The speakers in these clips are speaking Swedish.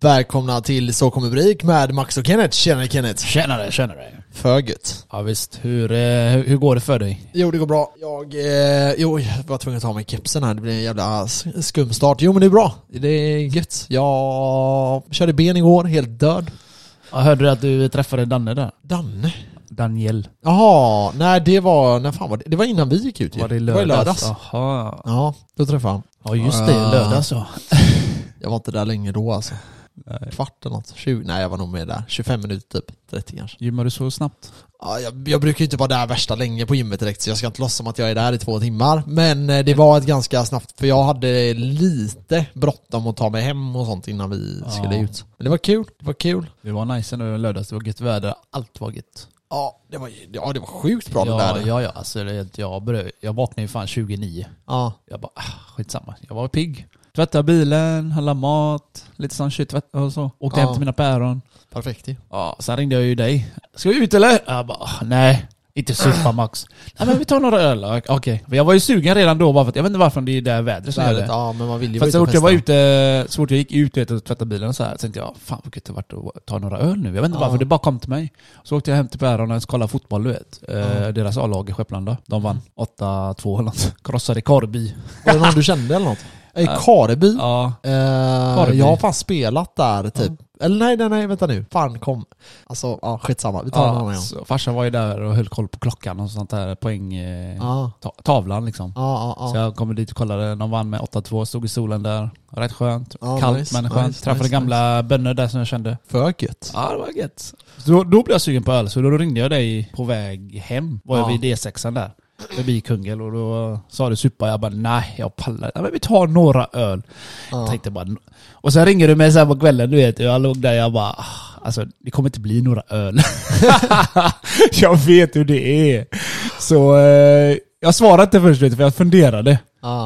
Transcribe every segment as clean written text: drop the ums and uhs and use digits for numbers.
Välkomna till Så kommer Brik med Max och Kenneth. Tjena Kenneth. Tjenare. För gött. Ja visst, hur går det för dig? Jo, det går bra. Jag var tvungen att ta mig kepsen här. Det blir en jävla skumstart. Jo, men det är bra. Det är gött. Jag körde ben igår, helt död. Jag hörde att du träffade Danne där. Daniel. Jaha, nej det var, när fan var det? Det var innan vi gick ut ju. Var det Det var i lördags. Aha. Ja, då träffade han. Ja just det, lördags så. Jag var inte där länge då alltså. Nej. Kvart eller något. 20, nej jag var nog med där. 25 minuter typ. 30 kanske. Gymmar du så snabbt? Ja, jag brukar ju inte vara där värsta länge på gymmet direkt, så jag ska inte låtsas som att jag är där i 2 timmar. Men det var ett ganska snabbt, för jag hade lite bråttom att ta mig hem och sånt innan vi skulle ut. Men det var kul. Det var nice nu lördags, det var gött väder, allt var gött. Ja, det var sjukt bra det där. Ja, alltså jag vaknade ju fan 29. Ja. Jag bara, skitsamma. Jag var pigg. Tvätta bilen, handla mat, lite sån shit och så. Åkte hem till mina päron. Perfekt ju. Ja, sen ringde jag ju dig. Ska vi ut eller? Jag bara, nej. Inte supa Max. Nej men vi tar några öl. Okej. Jag var ju sugen redan då bara för att jag vet inte varför det är där vädret som gör det. Ja, men man vill ju för så fort jag gick ut och tvättade bilen och så här, tänkte jag, fan vad gött det varit att ta några öl nu. Jag vet inte varför, det bara kom till mig. Så åkte jag hem till Päron och kollade fotboll, du vet. Deras A-lag i Skepplanda. De vann 8-2 eller något. Krossade Karby. Var det någon du kände eller något? Kareby? Ja. Jag har fan spelat där typ. Eller nej, vänta nu. Fan kom. Alltså, ja, skitsamma. Vi tar en annan gång. Så farsan var ju där och höll koll på klockan och sånt där poäng tavlan liksom. Så jag kom dit och kollade. De vann med 8-2, stod i solen där. Rätt skönt. Kallt nice, men skönt. Träffade gamla bönder där som jag kände. För gött. Ja, det var gött. Så då blev jag sugen på öl. Så då ringde jag dig på väg hem. Var jag vid D6an där. Förbi Kungel och då sa du supa. Jag bara, nej jag pallar. Men vi tar några öl. Jag tänkte bara. Och sen ringer du mig så här på kvällen, du vet. Jag låg där, jag bara, alltså det kommer inte bli några öl. Jag vet hur det är. Så jag svarade inte först, för jag funderade.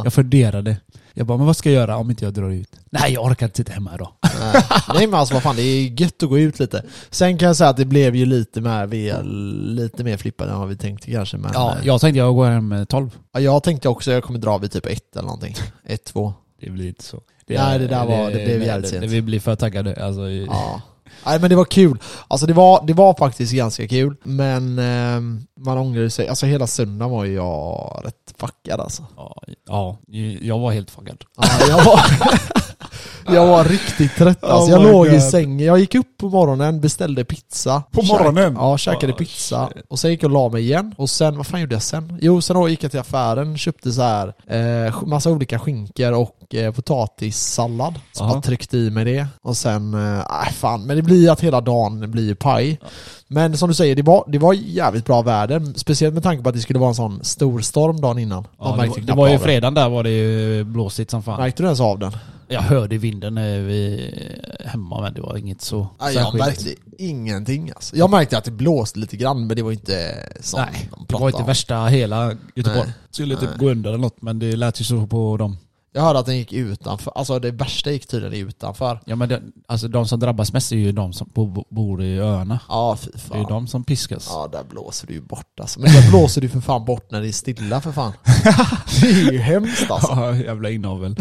Jag bara, men vad ska jag göra om inte jag drar ut? Nej, jag orkar inte sitta hemma idag. Nej men alltså vad fan, det är gött att gå ut lite. Sen kan jag säga att det blev ju lite mer flippade än vad vi tänkte kanske. Men, ja, jag tänkte jag går hem 12. Ja, jag tänkte också jag kommer dra vid typ 1 eller någonting. 1-2. Det blir inte så. Det blev jävligt sent. Vi blir för taggade. Alltså, ja. Nej men det var kul. Alltså det var faktiskt ganska kul. Men man ångrade sig. Alltså hela söndagen var ju jag rätt fuckad alltså. Ja, jag var helt fuckad. Ja, jag var riktigt trött alltså. Jag låg i sängen. Jag gick upp på morgonen, beställde pizza. På morgonen? Ja, käkade pizza. Och sen gick jag och la mig igen. Och sen, vad fan gjorde jag sen? Jo, sen då gick jag till affären, köpte så här massa olika skinkor och potatissallad. Så bara tryckte i mig det. Och sen, fan. Men det blir att hela dagen blir paj. Men som du säger, det var jävligt bra väder. Speciellt med tanke på att det skulle vara en sån stor storm dagen innan. Ja, det var ju fredagen där var det ju blåsigt som fan. Märkte du ens av den? Jag hörde vinden när vi hemma, men det var inget så. Jag märkte ingenting alltså. Jag märkte att det blåste lite grann, men det var inte sånt. Nej, det var inte värsta hela Göteborg. Nej. Skulle typ gå under eller något, men det lät ju så på dem. Jag hörde att den gick utanför. Alltså det värsta gick tydligen utanför. Ja men alltså de som drabbas mest är ju de som bor i öarna. Ja, fy fan. Det är ju de som piskas. Ja, där blåser du ju bort alltså. Men där blåser du för fan bort när det är stilla för fan. Det är ju hemskt alltså. Ja, jävla inavel.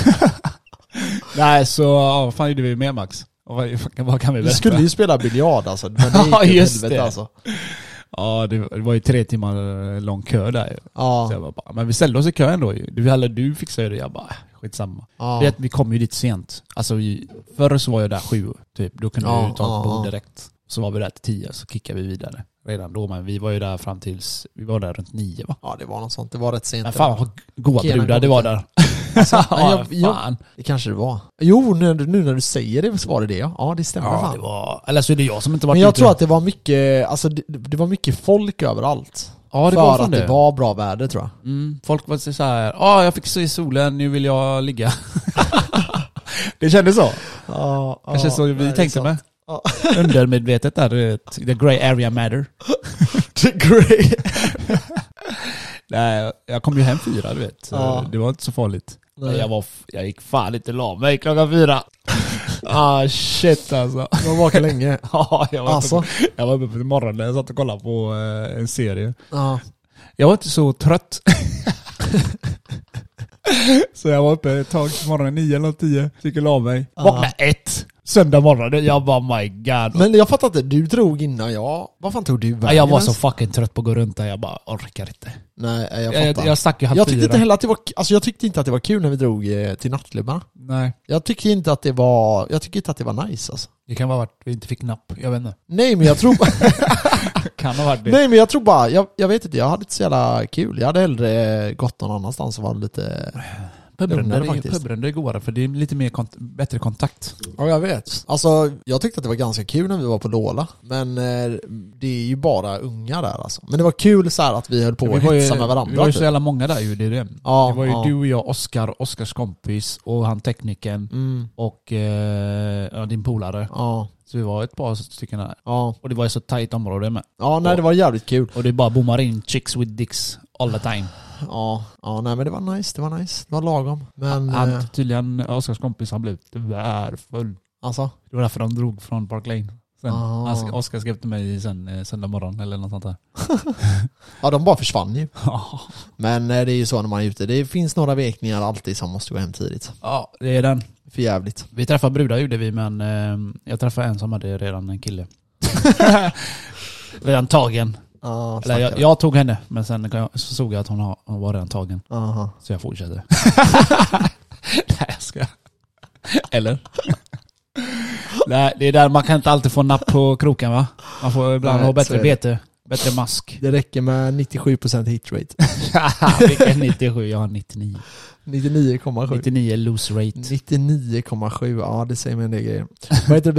Nej, så fan gjorde vi med Max? Vad kan vi berätta? Vi skulle ju spela biljard alltså. Men det gick just helvete, det. Alltså. Ja, det var ju 3 timmar lång kö där. Ja. Så jag bara, men vi ställde oss i kön då. Du fixade det. Jag bara, skitsamma. Ja. Det är att vi kom ju dit sent. Alltså förr så var jag där 7 typ. Då kunde vi ta på direkt. Så var vi där till 10 så kickade vi vidare. Redan då, men vi var ju där fram tills vi var där runt 9 va? Ja, det var något sånt. Det var rätt sent. Men fan vad goda brudar det var där. Alltså, fan. Det kanske det var. Jo, nu när du säger det så var det. Ja, det stämmer fan. Det var, eller så är det jag som inte var. Men jag tror att det var mycket, alltså det var mycket folk överallt. Ja, det för var att det var bra väder tror jag. Folk var så här, jag fick se i solen, nu vill jag ligga. Det kändes så. Kanske så vi tänkte med. Undermedvetet där, the grey area matter. The grey. Nej, jag kom ju hem 4, du vet. Det var inte så farligt. Jag gick fan inte la mig klockan 4. Shit alltså. Du var vaken länge. Ja, jag var uppe på morgonen. Jag satt och kollade på en serie. Jag var inte så trött. Så jag var uppe ett tag på morgonen 9 eller 10. Fick la mig. Vaknade 1. Söndag morgon, jag bara my god. Men jag fattar inte, du drog innan jag... Vad fan tog du vägen? Jag var så fucking trött på att gå runt där, jag bara orkar inte. Nej, jag fattar. Jag stack ju halv jag tyckte fyra. inte heller att det var... Alltså jag tyckte inte att det var kul när vi drog till nattklubbarna. Nej. Jag tycker inte att det var nice alltså. Det kan vara att vi inte fick napp, jag vet inte. Nej men jag tror... Kan ha varit det. Nej men jag tror bara, jag vet inte, jag hade inte så jävla kul. Jag hade hellre gått någon annanstans och var lite... Pubrunder är godare för det är lite mer bättre kontakt. Ja jag vet. Alltså jag tyckte att det var ganska kul när vi var på Lola. Men det är ju bara unga där alltså. Men det var kul så här att vi höll på att hetsa med varandra. Vi var ju så jävla många där ju, det är det. Ja, det var ju du och jag, Oskars kompis och han tekniken och din polare. Ja. Så vi var ett par stycken där. Ja. Och det var ju så tajt område med. Ja, nej det var jävligt kul. Och det bara boomar in chicks with dicks all the time. Ja, nej men det var nice. Det var lagom. Men han tydligen, Oskars kompis, han blev tvärfull. Alltså? Det var därför de drog från Park Lane. Sen, Ah. Oskar skrev till mig sen söndag morgon eller något sånt där. Ja, de bara försvann ju. Men det är ju så när man är ute. Det finns några vekningar alltid som måste gå hem tidigt. Ja, det är den. För jävligt. Vi träffade brudar gjorde vi, men jag träffade en som hade redan en kille. Redan tagen. Eller jag tog henne, men sen så såg jag att hon var redan tagen. Aha. Så jag fortsatte. Nej, jag ska. Eller? Nej, det är där man kan inte alltid få napp på kroken, va? Man får ibland ha bättre bete. Bättre mask. Det räcker med 97% hit rate. Vilken 97? Jag har 99. 99,7. 99 loose rate. 99,7. Ja, det säger mig en del grejer. Vad heter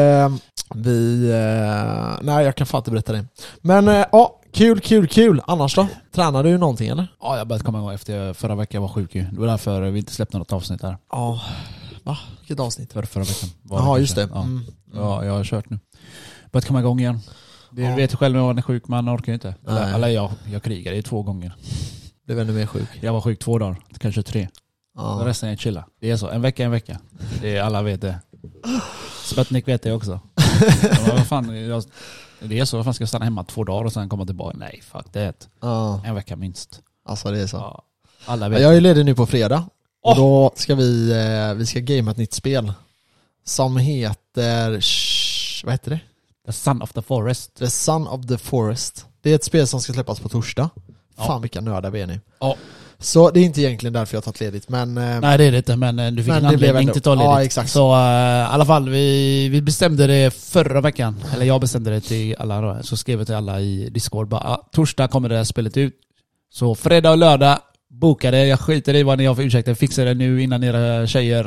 nej, jag kan fan inte berätta det. Men ja, kul. Annars då? Tränar du någonting eller? Ja, jag började komma igång efter förra veckan. Jag var sjuk ju. Det var därför vi inte släppte något avsnitt där. Ja. Va? Vilket avsnitt? Förra veckan. Ja, just det. Ja. Ja, jag har kört nu. Börjat komma igång igen. Du vet själv när man är sjuk, man orkar ju inte. Eller jag krigade 2 gånger. Blev ännu mer sjuk. Jag var sjuk 2 dagar, kanske 3. Ja. Resten är chilla. Det är så, en vecka. Det är, alla vet det. Sputnik vet det också. Vad fan, det är så, vad fan ska jag stanna hemma 2 dagar och sen komma tillbaka? Nej, fuck det. En vecka minst. Alltså det är så. Ja, alla vet. Jag är ledig nu på fredag. Och då ska vi ska gamea ett nytt spel. Som heter... vad heter det? The Son of the Forest. The Son of the Forest. Det är ett spel som ska släppas på torsdag. Fan vilka nördar vi är nu. Ja. Så det är inte egentligen därför jag har tagit ledigt, men... Nej det är det inte, men du fick en anledning till att ta ledigt. Ja, exakt. Så i alla fall, vi bestämde det förra veckan. Eller jag bestämde det till alla då. Så skrev jag till alla i Discord. Bara, torsdag kommer det här spelet ut. Så fredag och lördag, bokade. Jag skiter i vad ni har för ursäkter. Fixar det nu innan era tjejer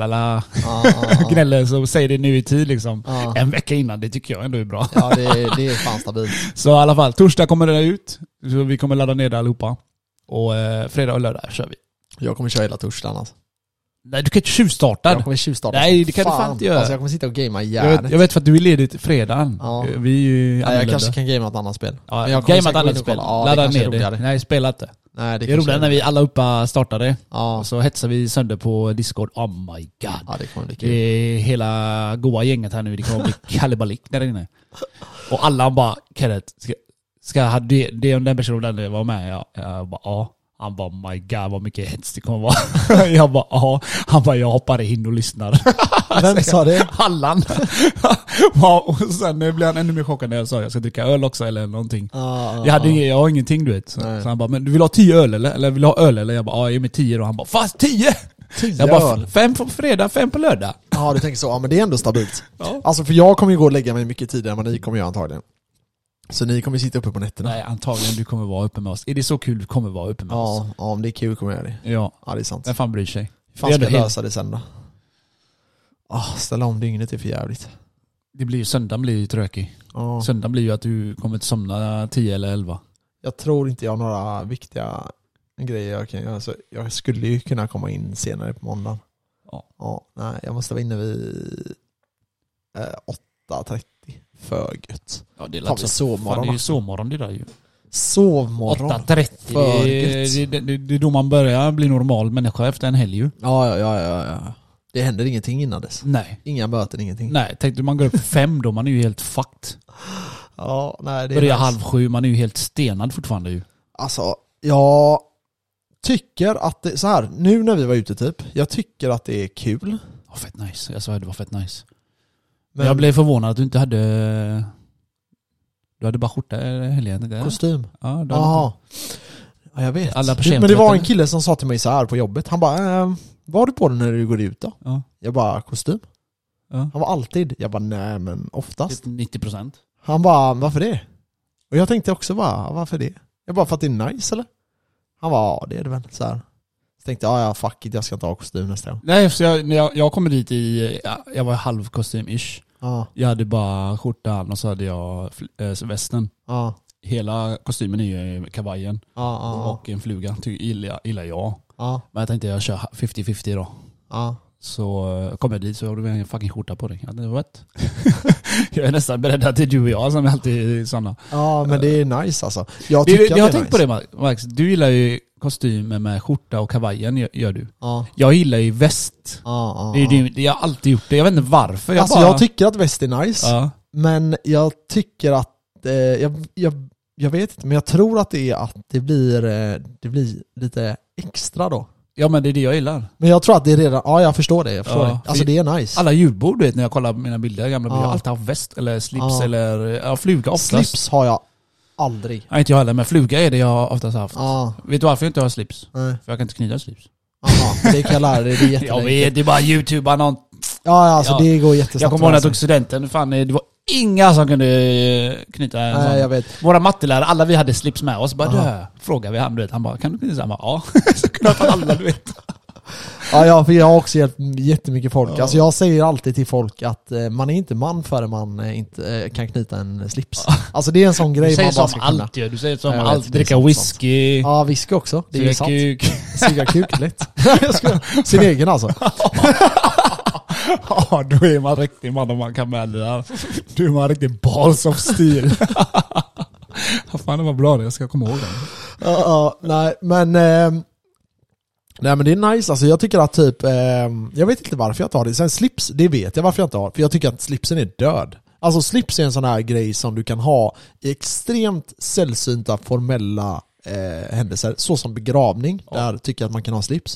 gnäller. Så säg det nu i tid liksom. En vecka innan, det tycker jag ändå är bra. Ja, det är fan stabilt. Så i alla fall, torsdag kommer det ut. Så vi kommer ladda ner det allihopa. Och fredag och lördag kör vi. Jag kommer köra hela torsdagen alltså. Nej, du kan inte tjuvstarta. Jag kommer tjuvstarta. Nej, det kan du fan inte göra. Alltså jag kommer sitta och gamea järnet. Jag vet för att du är ledig till fredagen. Ja. Vi är ju jag kanske kan gamea ett annat spel. Ja, men jag gamea ett annat spel. Ja, ladda ner det. Nej, spela inte. Nej, det är roligt när vi alla uppe startade. Ja. Och så hetsar vi sönder på Discord. Oh my god. Ja, det kommer bli kul. Det är hela goa gänget här nu. Det kommer bli kalabalik där inne. Och alla bara, Kenneth, ska den personen vara med? Jag bara, ja. Han bara, my god, vad mycket hets det kommer vara. Jag bara, ja. Han bara, jag hoppar in och lyssnar. Vem sa det? Allan. Och sen blev han ännu mer chockad när jag sa jag ska dricka öl också eller någonting. Jag har ingenting, du vet. Så han bara, men du vill ha 10 öl eller vill du ha öl eller? Jag bara, ja, ge mig 10 och han bara, fast 10! Jag bara, 5 på fredag, 5 på lördag. Ja, du tänker så. Ja, men det är ändå stabilt. Ja. Alltså för jag kommer ju gå och lägga mig mycket tidigare än vad ni kommer göra antagligen. Så ni kommer sitta uppe på nätterna. Nej, antagligen du kommer vara uppe med oss. Är det så kul du kommer vara uppe med oss? Ja, om det är kul kommer jag göra det. Ja, det är sant. Vem fan bryr sig? Fan ska jag lösa det sen då? Ställa om dygnet är för jävligt. Det blir ju, söndagen blir ju tråkig. Söndagen blir ju att du kommer att somna 10 eller 11. Jag tror inte jag har några viktiga grejer jag kan göra. Så jag skulle ju kunna komma in senare på måndagen. Nej, jag måste vara inne vid 8:30. För gött. Ja, det är alltså sovmorgon. Det är ju sovmorgon det där ju. Sovmorgon. 8:30. Det är då man börjar bli normal människa efter en helg ju. Ja. Det händer ingenting innan dess. Nej. Inga möten, ingenting. Nej, tänkte man går upp 5 då, man är ju helt fucked. Ja, nej det är börjar 6:30, man är ju helt stenad fortfarande ju. Alltså, jag tycker att det, så här, nu när vi var ute typ, jag tycker att det är kul. Fett nice, jag sa det var fett nice. Men jag blev förvånad att du inte hade... Du hade bara skjorta helgen. Kostym? Ja, ja, jag vet. Alla men det var en kille som sa till mig så här på jobbet. Han bara, vad har du på dig när du går ut då? Ja. Jag bara, kostym. Ja. Han var alltid. Jag bara, nej men oftast. 90%. Han bara, varför det? Och jag tänkte också bara, varför det? Jag bara, för att det är nice eller? Han bara, ja det är det väl. Så här. Så tänkte jag, fuck it, jag ska inte ha kostym nästa gång. Nej, så jag kom dit i, jag var halv kostym-ish. Ja. Jag hade bara skjortan och så hade jag västen. Ja. Hela kostymen är ju kavajen. Ja. Och en fluga, gillar jag. Ja. Men jag tänkte jag kör 50-50 då. Ja. Så kom jag dit så har du en fucking skjorta på dig. Ja, det var rätt. Jag är nästan beredd att det är du och jag som är alltid sådana. Ja, men det är nice alltså. Jag har tänkt på det, Max. Du gillar ju kostymer med skjorta och kavajen, gör du. Ja. Jag gillar ju väst. Ja. Jag har alltid gjort det. Jag vet inte varfr. Jag tycker att väst är nice. Ja. Men jag tycker att jag vet inte, men jag tror att det är att det blir lite extra då. Ja, men det är det jag gillar. Men jag tror att det är redan, ja jag förstår det. Alltså det är nice. Alla julbord, du vet, när jag kollar på mina bilder, gamla bilder, jag har alltid haft väst eller slips eller fluga oftast. Slips har jag aldrig. Nej, inte jag heller, men fluga är det jag oftast haft. Ja. Vet du varför jag inte har slips? Nej. För jag kan inte knyta slips. Jaha, det kan jag lära dig, det är jätteenkelt. Jag vet, det är bara YouTuber någon. Ja, alltså det går jättesnabbt. Jag kommer ihåg när jag tog studenten, fan, det var inga som kunde knyta en sån. Nej, jag vet. Våra mattelärare, alla vi hade slips med oss, bara frågade vi han, du vet, han bara, kan du knyta? Han bara, ja. Så kunde jag alla, du vet. Ja, för jag har också hjälpt jättemycket folk. Alltså jag säger alltid till folk att man är inte man förrän man inte kan knyta en slips. Alltså det är en sån grej man bara ska kunna. Du säger som allt, dricka whisky. Ja, whisky också. Det är ju sant. Kuk. Suga kuk, lätt. Sin egen alltså. Ja, då är man riktigt man om man kan med det där. Du är man riktigt balls of steel. Fan, det var bra det. Jag ska komma ihåg det. Ja, nej, men det är nice. Alltså jag tycker att typ jag vet inte varför jag tar det. Sen slips, det vet jag varför jag inte har. För jag tycker att slipsen är död. Alltså slips är en sån här grej som du kan ha i extremt sällsynta formella händelser. Så som begravning. Där tycker jag att man kan ha slips.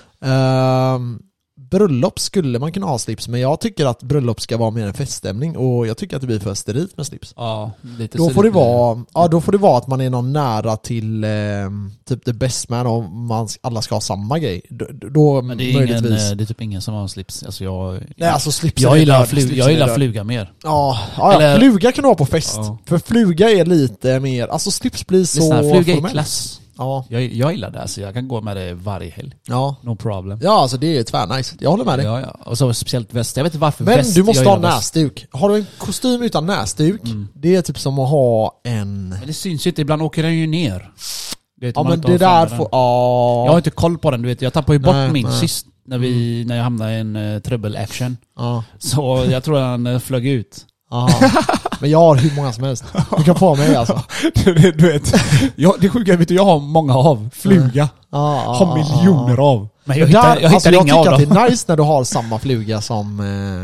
Bröllop skulle man kunna ha slips, men jag tycker att bröllop ska vara mer en feststämning och jag tycker att det blir för sterilt med slips. Ja, lite då får det vara, då får det vara att man är någon nära till typ the best man och alla ska ha samma grej. Då men det är möjligtvis. Det är typ ingen som har slips. Alltså nej, alltså slips. Jag gillar fluga mer. Ja, eller, fluga kan du ha på fest. Ja. För fluga är lite mer, alltså slips blir så fluga är klass. Ja. Jag gillar det, alltså jag kan gå med det varje helg. Ja. No problem. Ja, alltså det är tvärnice. Jag håller med dig. Ja. Och så speciellt väst. Jag vet inte varför men väst. Men du måste ha näsduk. Har du en kostym utan näsduk, det är typ som att ha en... Men det syns ju inte, ibland åker den ju ner. Ja, men det där får... Jag har inte koll på den, du vet. Jag tappade ju bort min sist när jag hamnade i en trouble action. Så jag tror han flög ut. Men jag har hur många som helst. Du kan få mig alltså. Du vet, det sjuka, vet du, jag har många av fluga. Har miljoner av. Men jag hittar inga av dem. Jag tycker att det är nice när du har samma fluga som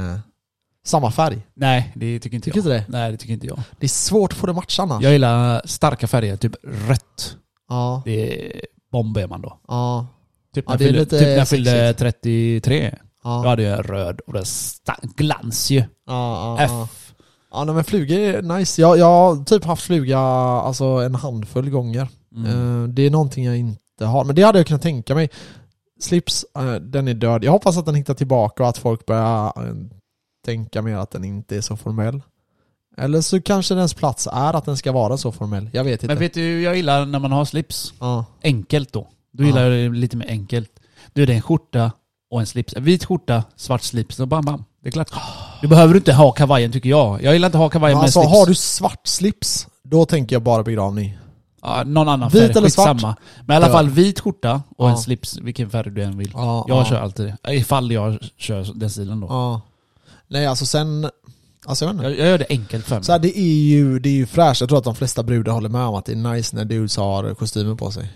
samma färg. Nej, det tycker inte jag. Tycker det? Nej, det tycker inte jag. Det är svårt att få det matcharna. Jag gillar starka färger, typ rött. Ja. Det är bomb är man då. Ja. Typ när jag fyllde 33. Då hade jag röd och det glans ju. F. Ja, men fluga är nice. Jag har typ haft fluga alltså en handfull gånger. Det är någonting jag inte har. Men det hade jag kunnat tänka mig. Slips, den är död. Jag hoppas att den hittar tillbaka och att folk börjar tänka mer att den inte är så formell. Eller så kanske dens plats är att den ska vara så formell. Jag vet inte. Men vet du, jag gillar när man har slips. Enkelt då. Då gillar jag det lite mer enkelt. Du är det en skjorta och en slips. En vit skjorta, svart slips och bam bam. Det är klart. Du behöver inte ha kavajen tycker jag. Jag gillar inte ha kavajen med slips. Har du svart slips, då tänker jag bara begravning. Ja, någon annan färg. Vit eller svart? Samma. Men i alla fall vit skjorta och en slips, vilken färg du än vill. Jag kör alltid det. Ifall jag kör den stilen då. Nej, alltså sen... Alltså jag gör det enkelt för mig. Så här, det är ju fräscht. Jag tror att de flesta brudar håller med om att det är nice när dudes har kostymer på sig.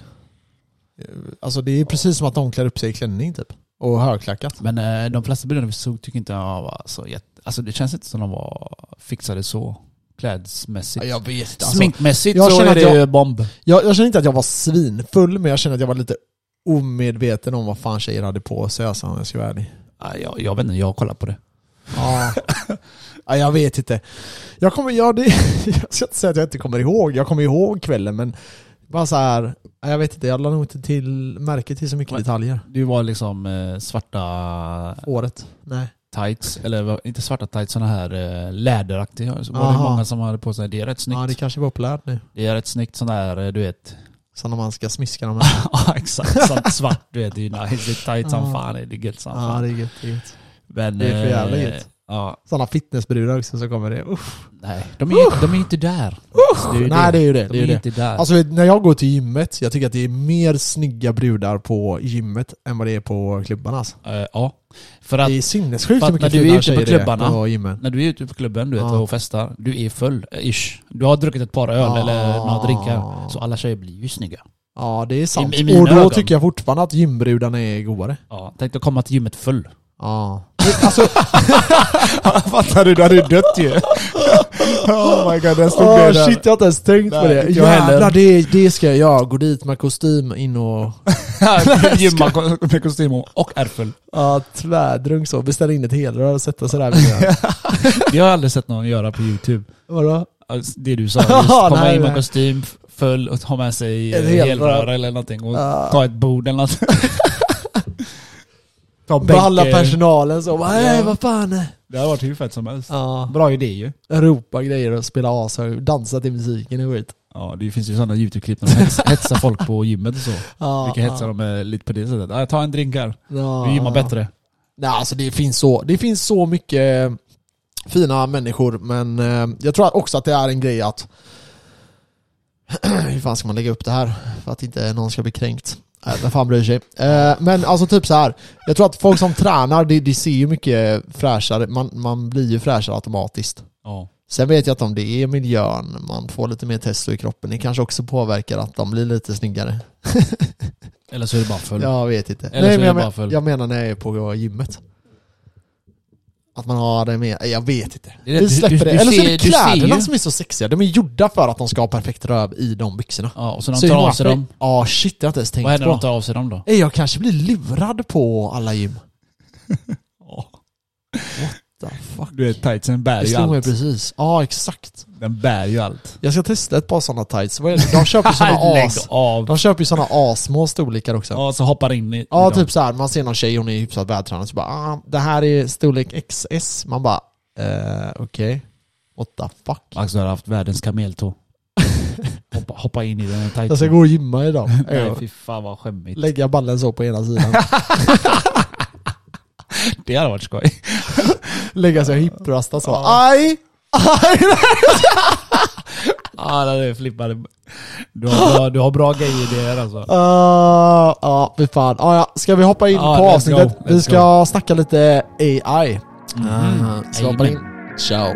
Alltså det är precis som att de klär upp sig i klänning typ. Och högklackat. Men de flesta bilderna vi såg tycker inte jag var så alltså det känns inte som de var fixade så klädsmässigt. Ja, jag vet. Alltså, sminkmässigt så är det ju bomb. Jag känner inte att jag var svinfull, men jag känner att jag var lite omedveten om vad fan tjejer hade på sig, alltså, om jag ska vara ärlig. Jag vet inte, jag kollar på det. Ja. Ja, jag vet inte. Jag ska inte säga att jag inte kommer ihåg. Jag kommer ihåg kvällen, men bara så här, jag vet inte, jag lade nog inte till märke till så mycket detaljer. Du var liksom svarta... Året? Nej. Tights, eller inte svarta tights, såna här läderaktiga. Så var det många som hade på sig. Det är rätt snyggt. Ja, det kanske var populärt nu. Det är rätt snyggt sån här, du vet. Så när man ska smiska dem här. Ja, exakt. Sånt svart, du vet. Det är nice. Det är tight som fan. Det är gött som fan. Ja, det är gött. Men, det är för jävla gött. Ja. Sådana fitnessbrudar också så kommer det. Nej, de är inte där. Nej, det är ju det. De är inte där. Alltså när jag går till gymmet, jag tycker att det är mer snygga brudar på gymmet än vad det är på klubbarna. Alltså. Ja. För att, det är sinnessjukt hur mycket när du är ute på klubbarna på gymmet. När du är ute på klubben, du vet, och festar, du är full, ish. Du har druckit ett par öl eller några drinkar, så alla tjejer blir ju snygga. Ja, det är sant. I och då ögon. tycker jag fortfarande att gymbrudarna är godare. Ja, tänk att komma till gymmet full. Ja. Alltså, fattar du? Du hade dött ju. Oh my god, den stod där. Shit, jag har inte ens tänkt på det. Jävlar, det ska jag göra. Gå dit med kostym in och... Gymma med kostym och ärfull. Ja, tvärdrunk så. Beställa in ett helrör och sätta sig där. Det har jag aldrig sett någon göra på YouTube. Vadå? Alltså, det du sa, just komma in med kostym full och ha med sig helrör eller någonting och ta ett bord eller något. Balla personalen så. Vad fan? Det har varit hur fett som helst. Bra idé ju. Ropa grejer och spela as och dansa till musiken och skit. Ja, det finns ju sådana YouTube-klipp när de hetsar folk på gymmet och så. Vilka hetsar de lite på det sättet. Jag tar en drink här. Vi gymmar bättre. Nej, alltså det finns så mycket fina människor, men jag tror också att det är en grej att hur fan ska man lägga upp det här för att inte någon ska bli kränkt? Vem fan bryr sig? Men alltså typ så här. Jag tror att folk som tränar, de ser ju mycket fräschare. Man blir ju fräschare automatiskt. Ja. Sen vet jag att om det är miljön, man får lite mer testo i kroppen. Det kanske också påverkar att de blir lite snyggare. Eller så är det bara full. Jag vet inte. Eller Nej, men jag menar när jag är på gymmet. Att man har det med. Jag vet inte. Vi släpper det. Eller så är det kläderna som är så sexiga. De är gjorda för att de ska ha perfekt röv i de byxorna. Ja, och så de tar av sig dem. Ja, shit, jag har inte ens tänkt på. Vad händer om de tar av sig dem då? Jag kanske blir lurad på alla gym. What the fuck? Du vet, tightsen bär ju allt. Precis. Ja, exakt. Den bär ju allt. Jag ska testa ett par sådana tights. De köper ju sådana asmå storlekar också. Ja, så hoppar in i ja, typ så här. Man ser någon tjej, hon är hyfsat vältränad, så bara, det här är storlek XS. Man bara, okej. What the fuck? Alltså, har haft världens kameltå. hoppa in i den tightsen. Jag ska gå och gymma idag. Nej, fy fan vad skämmigt. Lägga ballen så på ena sidan. Det hade varit skoj. Lägga sig och hipprasta så. Aj! Ja, det är flippade. Du har bra grejer i det alltså. Ja, fy fan. Ja, ska vi hoppa in på avsnittet? Vi ska snacka lite AI. Så hoppa in. Ciao.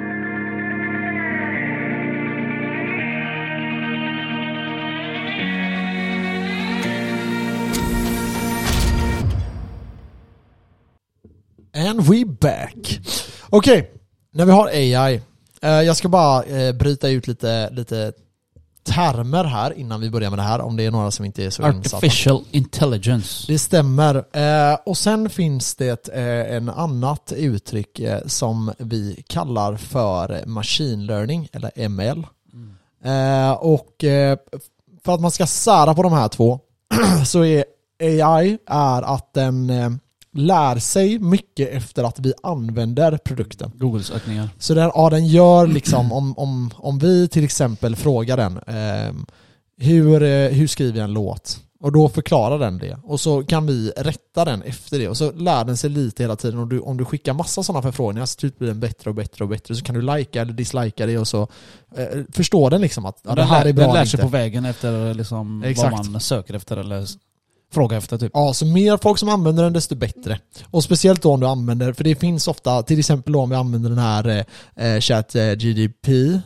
And we back. Okej, när vi har AI. Jag ska bara bryta ut lite termer här innan vi börjar med det här, om det är några som inte är så insatta. Artificial intelligence. Det stämmer. Och sen finns det en annat uttryck som vi kallar för machine learning, eller ML. Och för att man ska sära på de här två så är AI att den lär sig mycket efter att vi använder produkten. Googles sökningar. Så den gör liksom, om vi till exempel frågar den hur skriver jag en låt? Och då förklarar den det. Och så kan vi rätta den efter det. Och så lär den sig lite hela tiden. Och om du skickar massa sådana förfrågningar så blir den bättre och bättre och bättre. Så kan du likea eller dislika det och så förstår den liksom att det här är bra. Den lär sig på vägen efter liksom vad man söker efter eller fråga efter typ. Ja, så mer folk som använder den desto bättre. Och speciellt då om du använder, för det finns ofta, till exempel då om vi använder den här ChatGPT.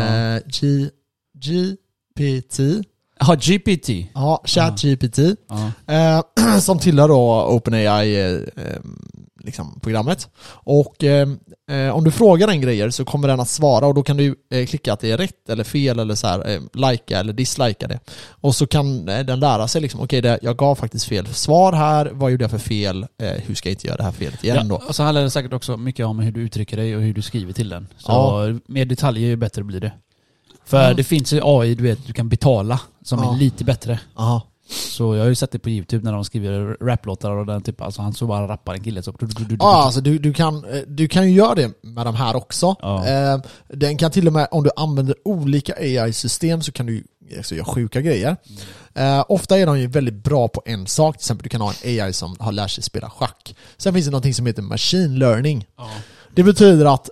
GPT. Ja, GPT. Ja, ChatGPT. Som tillhör då OpenAI liksom programmet. Och om du frågar den grejer så kommer den att svara, och då kan du klicka att det är rätt eller fel eller så här, likea eller dislika det. Och så kan den lära sig liksom, okej, jag gav faktiskt fel svar här, vad gjorde jag för fel, hur ska jag inte göra det här felet igen då? Och så handlar det säkert också mycket om hur du uttrycker dig och hur du skriver till den. Så mer detaljer ju bättre blir det. För det finns ju AI, du vet, du kan betala som är lite bättre. Aha. Så jag har ju sett det på YouTube när de skriver raplåtar och den typ, alltså han så bara rappar en kille så. Alltså du kan ju göra det med de här också. Den kan till och med, om du använder olika AI-system så kan du göra sjuka grejer. Ofta är de ju väldigt bra på en sak. Till exempel du kan ha en AI som har lärt sig spela schack. Sen finns det något som heter machine learning. Det betyder att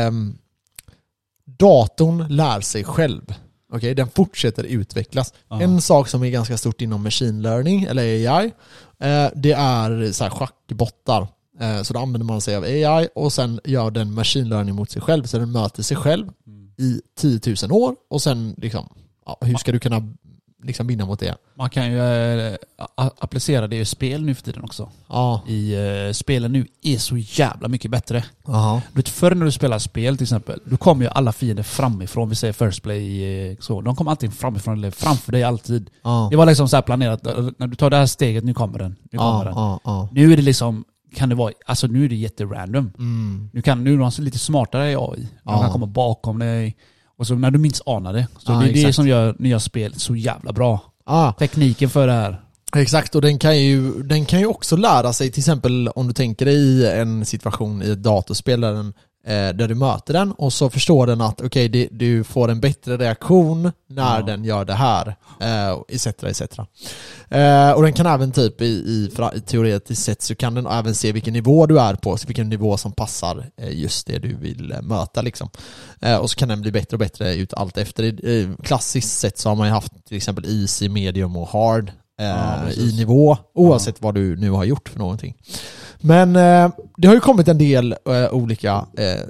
datorn lär sig själv. Okej, den fortsätter utvecklas. En sak som är ganska stort inom machine learning eller AI, det är så här schackbottar. Så då använder man sig av AI och sen gör den machine learning mot sig själv, så den möter sig själv i 10 000 år och sen liksom, hur ska du kunna liksom vinna mot det? Man kan ju applicera det i spel nu för tiden också. I spelen nu är så jävla mycket bättre. Du vet, förr när du spelar spel till exempel, då kommer ju alla fiender framifrån. Vi säger first play så. De kommer alltid framifrån eller framför dig alltid. Det var liksom så här planerat. När du tar det här steget, nu kommer den. Nu är det liksom, kan det vara, alltså nu är det jätterandom. Nu är de lite smartare AI. De kan komma bakom dig. Och så när du minst anar det. Så det är det som gör nya spel så jävla bra. Tekniken för det här. Exakt, och den kan ju också lära sig, till exempel om du tänker dig i en situation i ett datorspel där du möter den och så förstår den att du får en bättre reaktion när den gör det här, etc. Och den kan även typ i teoretiskt sett så kan den även se vilken nivå du är på, så vilken nivå som passar just det du vill möta liksom. Och så kan den bli bättre och bättre ut allt efter. Klassiskt sett så har man ju haft till exempel easy, medium och hard i nivå, oavsett vad du nu har gjort för någonting. Men det har ju kommit en del olika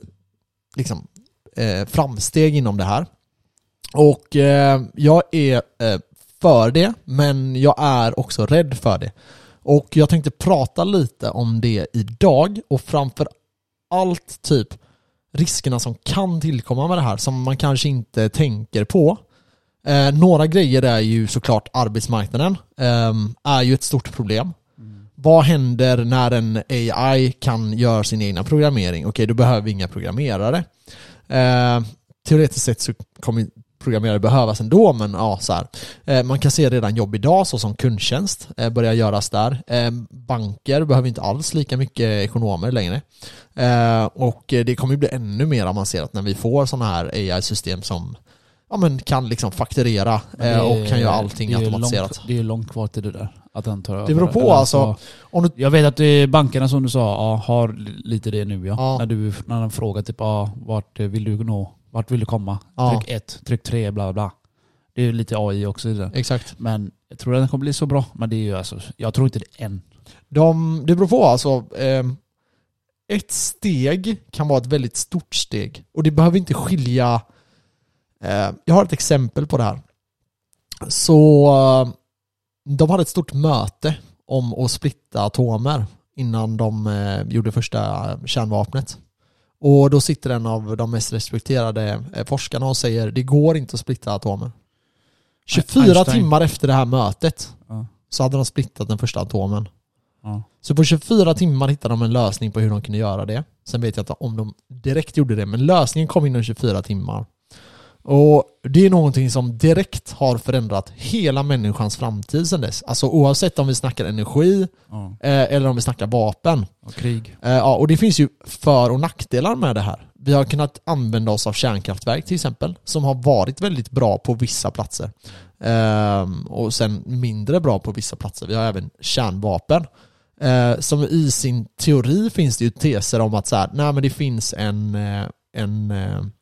framsteg inom det här. Och jag är för det, men jag är också rädd för det. Och jag tänkte prata lite om det idag, och framför allt typ riskerna som kan tillkomma med det här som man kanske inte tänker på. Några grejer är ju såklart arbetsmarknaden är ju ett stort problem. Vad händer när en AI kan göra sin egna programmering? Okej, då behöver vi inga programmerare. Teoretiskt sett så kommer programmerare behövas ändå, men så här. Man kan se redan jobb idag så som kundtjänst börjar göras där. Banker behöver inte alls lika mycket ekonomer längre. Och det kommer bli ännu mer avancerat när vi får sådana här AI-system som kan liksom fakturera och kan göra allting automatiserat. Det är långt kvar till det där. Att den tar det beror på alltså. Jag vet att bankerna som du sa har lite det nu. När de frågar typ vart vill du nå? Vart vill du komma? Tryck 1, tryck 3, bla bla. Det är lite AI också i det. Exakt. Men jag tror att den kommer bli så bra. Men det är ju alltså, jag tror inte det än. Det beror på alltså. Ett steg kan vara ett väldigt stort steg. Och det behöver inte skilja. Jag har ett exempel på det här. Så de hade ett stort möte om att splitta atomer innan de gjorde första kärnvapnet. Och då sitter en av de mest respekterade forskarna och säger det går inte att splitta atomer. 24 timmar efter det här mötet så hade de splittat den första atomen. Så på 24 timmar hittade de en lösning på hur de kunde göra det. Sen vet jag inte om de direkt gjorde det, men lösningen kom inom 24 timmar. Och det är någonting som direkt har förändrat hela människans framtid sedan dess. Alltså oavsett om vi snackar energi eller om vi snackar vapen. Och krig. Och det finns ju för- och nackdelar med det här. Vi har kunnat använda oss av kärnkraftverk till exempel, som har varit väldigt bra på vissa platser. Och sen mindre bra på vissa platser. Vi har även kärnvapen. Som i sin teori finns det ju teser om att så här, nej men det finns en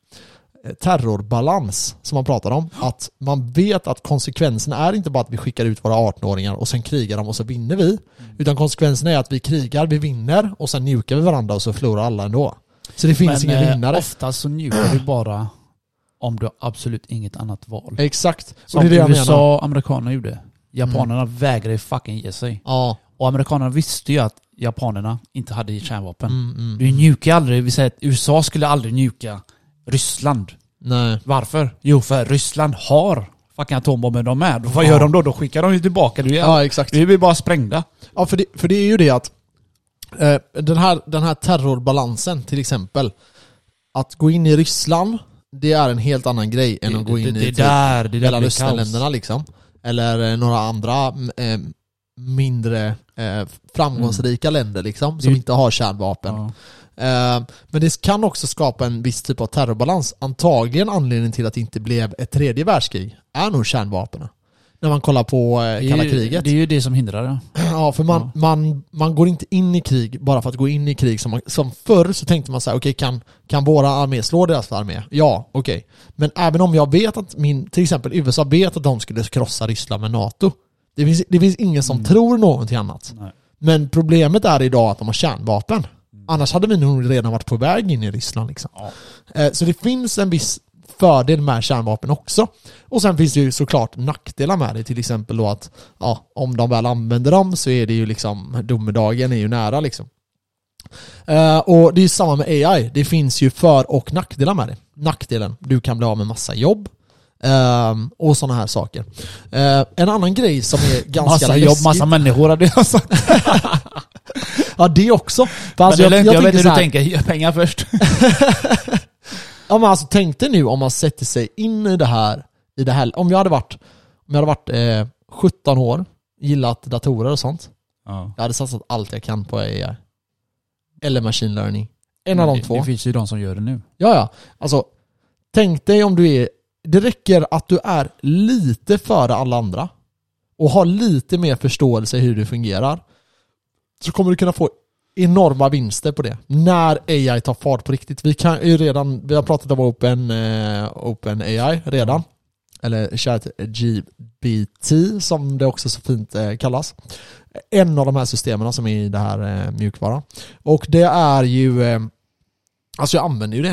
terrorbalans som man pratar om. Att man vet att konsekvensen är inte bara att vi skickar ut våra 18-åringar och sen krigar de och så vinner vi. Utan konsekvensen är att vi krigar, vi vinner och sen njukar vi varandra och så förlorar alla ändå. Så det finns ingen vinnare. Ofta så njuter du bara om du har absolut inget annat val. Exakt. Som det USA och amerikanerna gjorde. Japanerna vägrade fucking ge sig. Ja. Och amerikanerna visste ju att japanerna inte hade kärnvapen. Du njukar aldrig, vi säger att USA skulle aldrig njuka Ryssland. Nej. Varför? Jo, för Ryssland har fucking atombomber de är. Vad gör de då? Då skickar de ju tillbaka. Exakt. Vi blir bara sprängda. Ja, för det är ju det att den här terrorbalansen till exempel, att gå in i Ryssland, det är en helt annan grej än att gå in i Mellanösternländerna liksom. Eller några andra mindre framgångsrika länder liksom, som inte har kärnvapen. Men det kan också skapa en viss typ av terrorbalans. Antagligen anledningen till att det inte blev ett tredje världskrig är nog kärnvapen. När man kollar på kalla kriget. Det är ju det som hindrar det. Ja, för man går inte in i krig bara för att gå in i krig. Som förr så tänkte man så här: okej, kan våra armé slå deras armé? Ja, okej. Men även om jag vet att till exempel USA vet att de skulle krossa Ryssland med NATO. Det finns ingen som tror någonting annat. Nej. Men problemet är idag att de har kärnvapen. Annars hade vi nog redan varit på väg in i Ryssland liksom. Så det finns en viss fördel med kärnvapen också. Och sen finns det ju såklart nackdelar med det. Till exempel då att om de väl använder dem så är det ju liksom, domedagen är ju nära liksom. Och det är ju samma med AI. Det finns ju för- och nackdelar med det. Nackdelen, du kan bli av med massa jobb. Och sådana här saker. En annan grej som är ganska massa jobb, massa människor hade jag sagt. Ja, det också. För alltså, jag vet hur du tänker, gör pengar först. Ja, men alltså tänk dig nu om man sätter sig in i det här. Om jag hade varit 17 år, gillat datorer och sånt. Jag hade satsat allt jag kan på AI. Eller machine learning. En av de två. Det finns ju de som gör det nu. Ja. Alltså, tänk dig om det räcker att du är lite före alla andra och har lite mer förståelse hur det fungerar, så kommer du kunna få enorma vinster på det. När AI tar fart på riktigt. Vi har pratat om Open AI redan. Eller ChatGPT som det också så fint kallas. En av de här systemen som är i det här mjukvara. Och det är ju alltså jag använder ju det.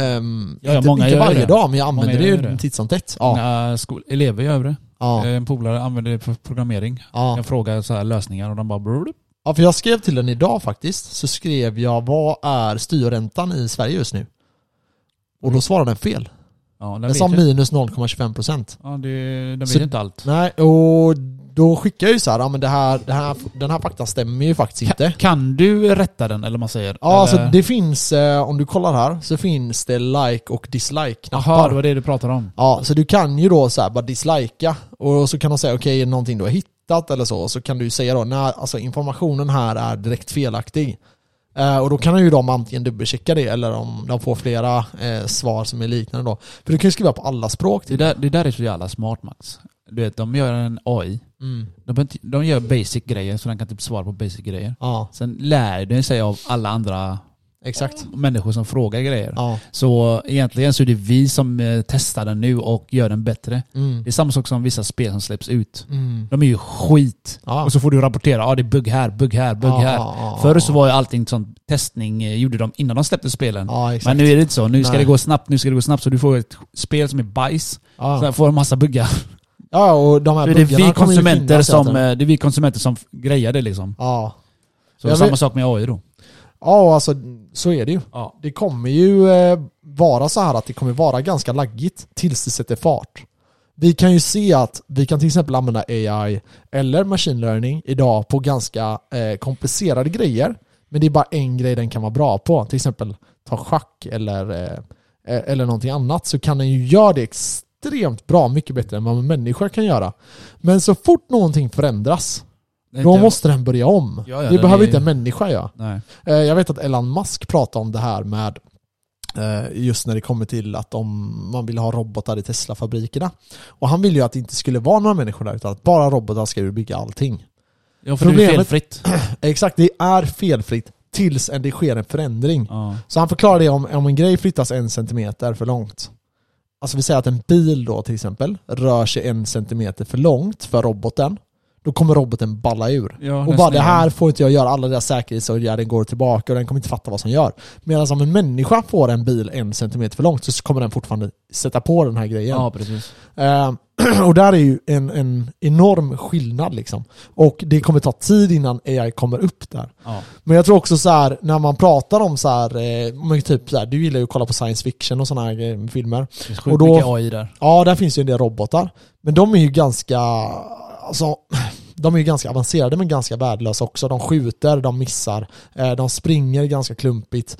Inte varje dag, men jag använder det ju titt som tätt. Elever gör det. En polare använder det för programmering. Jag frågar så här lösningar och de bara... Ja, för jag skrev till den idag faktiskt. Så skrev jag, vad är styrräntan i Sverige just nu? Och då svarade den fel. Den sa minus 0,25%. Ja, den vet inte allt. Nej, och då skickar jag ju så här, men den här faktan stämmer ju faktiskt inte. Kan du rätta den, eller man säger? Ja, alltså det finns, om du kollar här, så finns det like och dislike-knappar. Jaha, det var det du pratade om. Ja, så du kan ju då så här bara dislika. Och så kan de säga, okej, någonting du har hittat eller så. Så kan du säga då, nej, alltså informationen här är direkt felaktig. Och då kan ju de antingen dubbelchecka det, eller om de får flera svar som är liknande då. För du kan ju skriva på alla språk. Det där är så jävla smart, Max. Du vet, de gör en AI. De gör basic grejer, så de kan typ svara på basic grejer. Sen lär den sig av alla andra människor som frågar grejer. Så egentligen så är det vi som testar den nu och gör den bättre. Det är samma sak som vissa spel som släpps ut. De är ju skit. Och så får du rapportera, det är bugg här. Förr så var ju allting sån testning, gjorde de innan de släppte spelen. Men nu är det inte så. Nu ska det gå snabbt, så du får ett spel som är bajs. Sen får du en massa buggar. Ja, och de här det är vi konsumenter som grejar det liksom. Så samma sak med AI då. Ja, alltså så är det ju. Det kommer ju vara så här att det kommer vara ganska laggigt tills det sätter fart. Vi kan ju se att vi kan till exempel använda AI eller machine learning idag på ganska komplicerade grejer. Men det är bara en grej den kan vara bra på. Till exempel ta schack eller någonting annat, så kan den ju göra det extremt bra, mycket bättre än vad människor kan göra. Men så fort någonting förändras, då måste den börja om. Det behöver inte en människa göra. Jag vet att Elon Musk pratar om det här med just när det kommer till att om man vill ha robotar i Tesla-fabrikerna. Och han vill ju att det inte skulle vara några människor där, utan att bara robotar ska bygga allting. Ja, för det är felfritt. Exakt, det är felfritt tills det sker en förändring. Så han förklarar det om en grej flyttas 1 centimeter för långt. Alltså vi säger att en bil då till exempel rör sig 1 centimeter för långt för roboten. då kommer roboten balla ur. Ja, och bara det här får inte jag göra, alla deras säkerhetsåtgärder går tillbaka och den kommer inte fatta vad som gör. Medan om en människa får en bil 1 centimeter för långt så kommer den fortfarande sätta på den här grejen. Ja, precis. Och där är ju en enorm skillnad liksom. Och det kommer ta tid innan AI kommer upp där. Ja. Men jag tror också så här, när man pratar om så här, typ så här, du gillar ju att kolla på science fiction och såna här filmer. Det är sjukt mycket AI där. Ja, där finns ju en del robotar. Men de är ju ganska, alltså, de är ju ganska avancerade men ganska värdelösa också. De skjuter, de missar, de springer ganska klumpigt.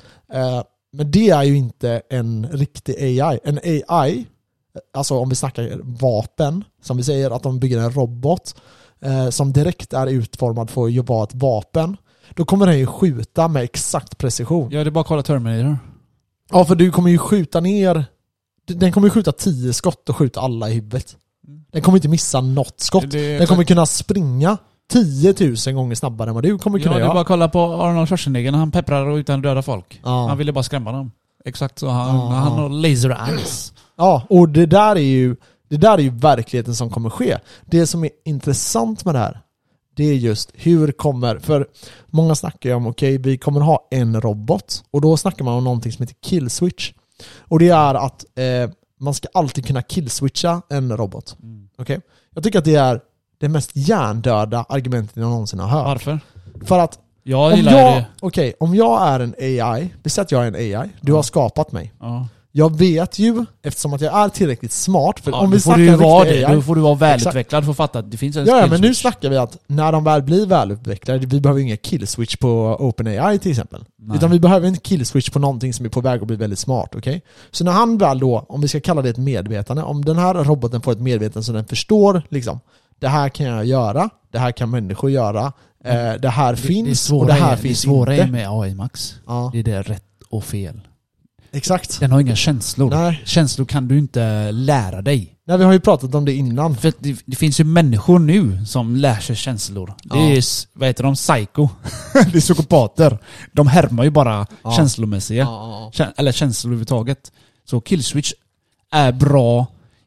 Men det är ju inte en riktig AI. En AI, alltså om vi snackar vapen, som vi säger att de bygger en robot som direkt är utformad för att vara ett vapen, då kommer den ju skjuta med exakt precision. Ja, det är bara att kolla Terminator. Ja, för du kommer ju skjuta ner, den kommer ju skjuta 10 skott och skjuta alla i huvudet. Den kommer inte missa något skott. Den kommer kunna springa 10 000 gånger snabbare än vad du kommer kunna göra. Ja, det är bara göra. att kolla på Arnold Schwarzenegger när han pepprar utan döda folk. Ja. Han ville bara skrämma dem. Exakt så. Han har laser eyes. Ja, och det där är ju verkligheten som kommer ske. Det som är intressant med det här, det är just hur kommer, för många snackar ju om vi kommer ha en robot, och då snackar man om någonting som heter killswitch. Och det är att man ska alltid kunna killswitcha en robot. Okej? Jag tycker att det är det mest hjärndöda argumentet jag någonsin har hört. Varför? För att Jag gillar det. Okej, om jag är en AI, vi säger att jag är en AI, du har skapat mig. Ja. Jag vet ju, eftersom att jag är tillräckligt smart, för om vi då får snackar du vara riktig det. AI, Då får du vara välutvecklad för att fatta att det finns en ja, men nu killswitch. snackar vi att när de väl blir välutvecklade, vi behöver ingen killswitch på OpenAI till exempel. Nej. Utan vi behöver en killswitch på någonting som är på väg att bli väldigt smart, okej? Så när han väl då, om vi ska kalla det ett medvetande, om den här roboten får ett medvetande så den förstår liksom, det här kan jag göra, det här kan människor göra, det här finns och det här finns inte. Det inte. svåra med AI, Max. Ja. Det är det rätt och fel. Exakt. Den har inga känslor. Nej. Känslor kan du inte lära dig. Nej, vi har ju pratat om det innan. För det finns ju människor nu som lär sig känslor. Det är, vad heter de? Psycho. Det är psykopater. De härmar ju bara känslomässiga. Eller känslor överhuvudtaget. Så killswitch är bra.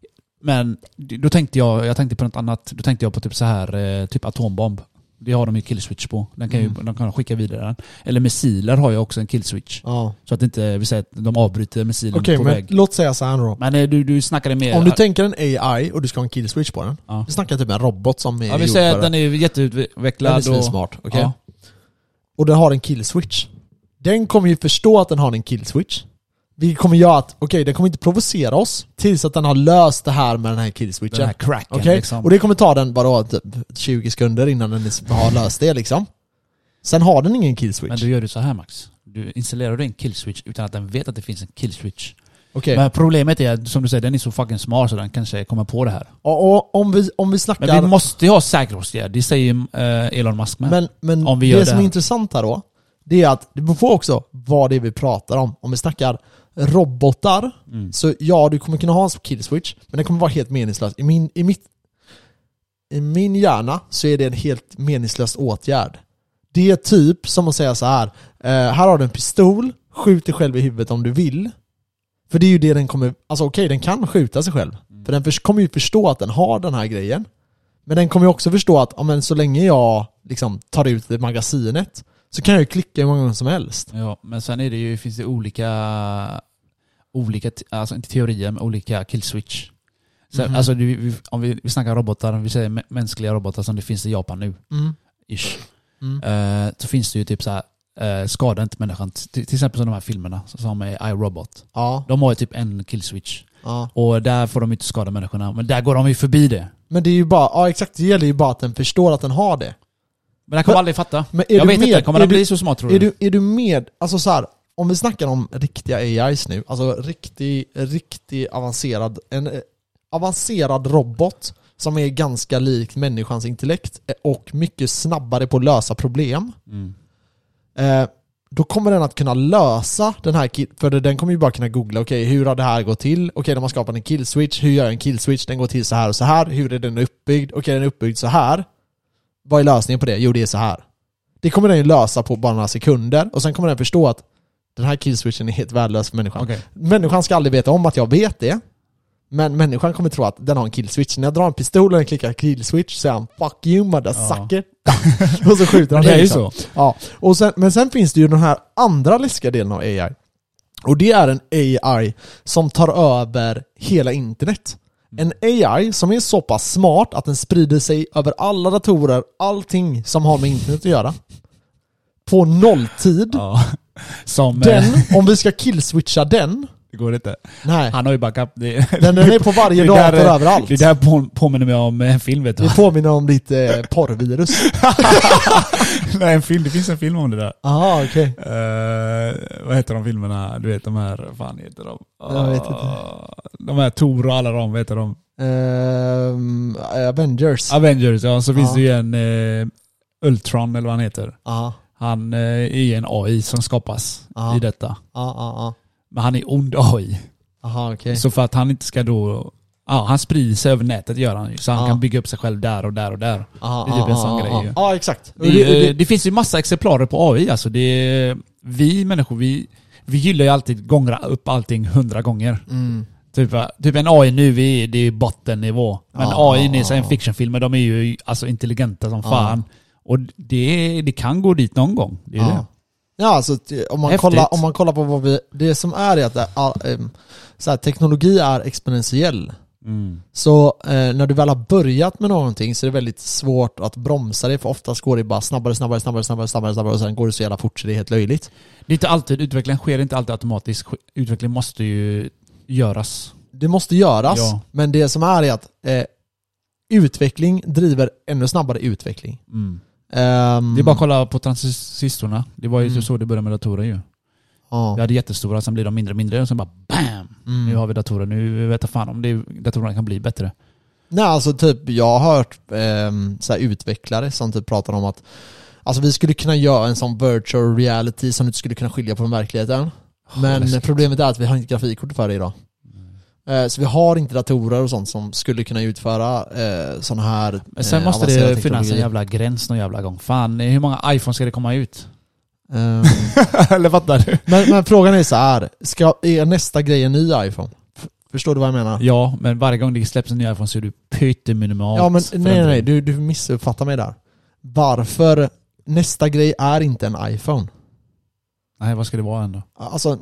Men då tänkte jag tänkte på något annat. Då tänkte jag på typ så här, typ atombomb. Det har de ju killswitch på. De kan skicka vidare den. Eller missiler har ju också en killswitch. Ja. Så att inte vi säger att de avbryter missilen på väg. Låt säga så här då. Men du snackade mer. Om du tänker en AI och du ska ha en killswitch på den. Ja. Du snackar typ en robot som är Ja, vi säger att den är jätteutvecklad. Den är smart, okej. Och den har en killswitch. Den kommer ju förstå att den har en killswitch. Vi kommer göra att, den kommer inte provocera oss tills att den har löst det här med den här killswitchen. Den här cracken liksom. Och det kommer ta den bara typ 20 sekunder innan den har löst det liksom. Sen har den ingen killswitch. Men då gör du så här, Max. Du installerar en killswitch utan att den vet att det finns en killswitch. Okay. Men problemet är att, som du säger, den är så fucking smart så den kanske kommer på det här. Och om vi snackar... Men vi måste ju ha säkerhetsåtgärder. Det säger Elon Musk med. Men om vi gör det som är intressant här då, det är att det får också vad det är vi pratar om. Om vi snackar robotar, så ja, du kommer kunna ha en killswitch, men det kommer vara helt meningslöst. I min hjärna så är det en helt meningslös åtgärd. Det är typ som att säga så här: här har du en pistol, skjut dig själv i huvudet om du vill. För det är ju det den kommer... Alltså den kan skjuta sig själv. För den kommer ju förstå att den har den här grejen. Men den kommer ju också förstå att så länge jag liksom tar ut det magasinet så kan jag ju klicka hur många gånger som helst. Ja, men sen är det ju, finns det olika alltså inte teorier, men olika killswitch. Så, alltså om vi snackar robotar, vi säger mänskliga robotar som det finns i Japan nu. Ish. Så finns det ju typ så här, skadar inte människan. Till exempel som de här filmerna som är iRobot. Ja. De har ju typ en killswitch. Ja. Och där får de inte skada människorna. Men där går de ju förbi det. Men det är ju bara, exakt, det gäller ju bara att den förstår att den har det. Men den kommer aldrig fatta. Men jag vet inte, kommer den bli så smart tror du? Är du med, alltså så här, om vi snackar om riktiga AIs nu, alltså riktig avancerad, en avancerad robot som är ganska lik människans intellekt och mycket snabbare på att lösa problem. Då kommer den att kunna lösa den här, för den kommer ju bara kunna googla, hur har det här gått till? De har skapat en killswitch, hur gör jag en killswitch? Den går till så här och så här, hur är den uppbyggd? Den är uppbyggd så här. Vad är lösningen på det? Jo, det är så här. Det kommer den ju lösa på bara några sekunder, och sen kommer den förstå att den här killswitchen är helt värdelös för människan. Människan ska aldrig veta om att jag vet det, Men människan kommer tro att den har en killswitch. När jag drar en pistol och den klickar killswitch så säger han fuck you motherfucker. Och så skjuter han. Det är ju så. Ja. Och men sen finns det ju den här andra läskiga delen av AI. Och det är en AI som tar över hela internet. En AI som är så pass smart att den sprider sig över alla datorer, allting som har med internet att göra. På nolltid. Ja. Om vi ska killswitcha den. Det går inte. Nej. Han har ju backup. Den är på varje dator överallt. Det där påminner mig om en film, vet du. Det påminner om lite porrvirus. Nej, en film. Det finns en film om det där. Aha, okej. Vad heter de filmerna? Du vet de här, vad fan heter de? Jag vet inte. De här Thor och alla de, vad heter de? Avengers, ja. Så finns det ju en Ultron, eller vad han heter. Aha. Han är en AI som skapas i detta. Men han är ond AI. Aha, okay. Så för att han inte ska då... Ja, han sprider sig över nätet, gör han ju. Så han kan bygga upp sig själv där och där och där. Det är typ en sån grej ju. Ja, exakt. Det finns ju massa exemplarer på AI. Alltså vi människor, vi gillar ju alltid gångra upp allting 100 gånger. Typ en AI nu, det är bottennivå. Men AI i science fiction-filmer, de är ju alltså intelligenta som fan. Och det kan gå dit någon gång. Det är det. Ja, alltså om man kollar på vad det som är att så här, teknologi är exponentiell. Så när du väl har börjat med någonting så är det väldigt svårt att bromsa det, för oftast går det bara snabbare och sen går det så jävla fort så det är helt löjligt. Det är inte alltid, utvecklingen sker inte alltid automatiskt. Utveckling måste ju göras. Det måste göras, men det som är att utveckling driver ännu snabbare utveckling. Det är bara att kolla på transistorerna. Det var ju så det började med datorer ju. Vi hade jättestora, sen blir de mindre och sen bara BAM! Nu har vi datorer. Nu vet jag fan om datorerna kan bli bättre. Nej, alltså typ jag har hört så här utvecklare som typ pratar om att alltså vi skulle kunna göra en sån virtual reality som du skulle kunna skilja på verkligheten. Men problemet är att vi har inte grafikkort för det idag. Så vi har inte datorer och sånt som skulle kunna utföra såna här. Men sen måste det finnas en jävla gräns någon jävla gång. Fan, hur många iPhone ska det komma ut? Eller fattar du? Men frågan är så här, är nästa grej en ny iPhone? Förstår du vad jag menar? Ja, men varje gång det släpps en ny iPhone så är du pytteminimalt. Ja, men nej, du missuppfattar mig där. Varför nästa grej är inte en iPhone? Nej, vad ska det vara ändå? Alltså,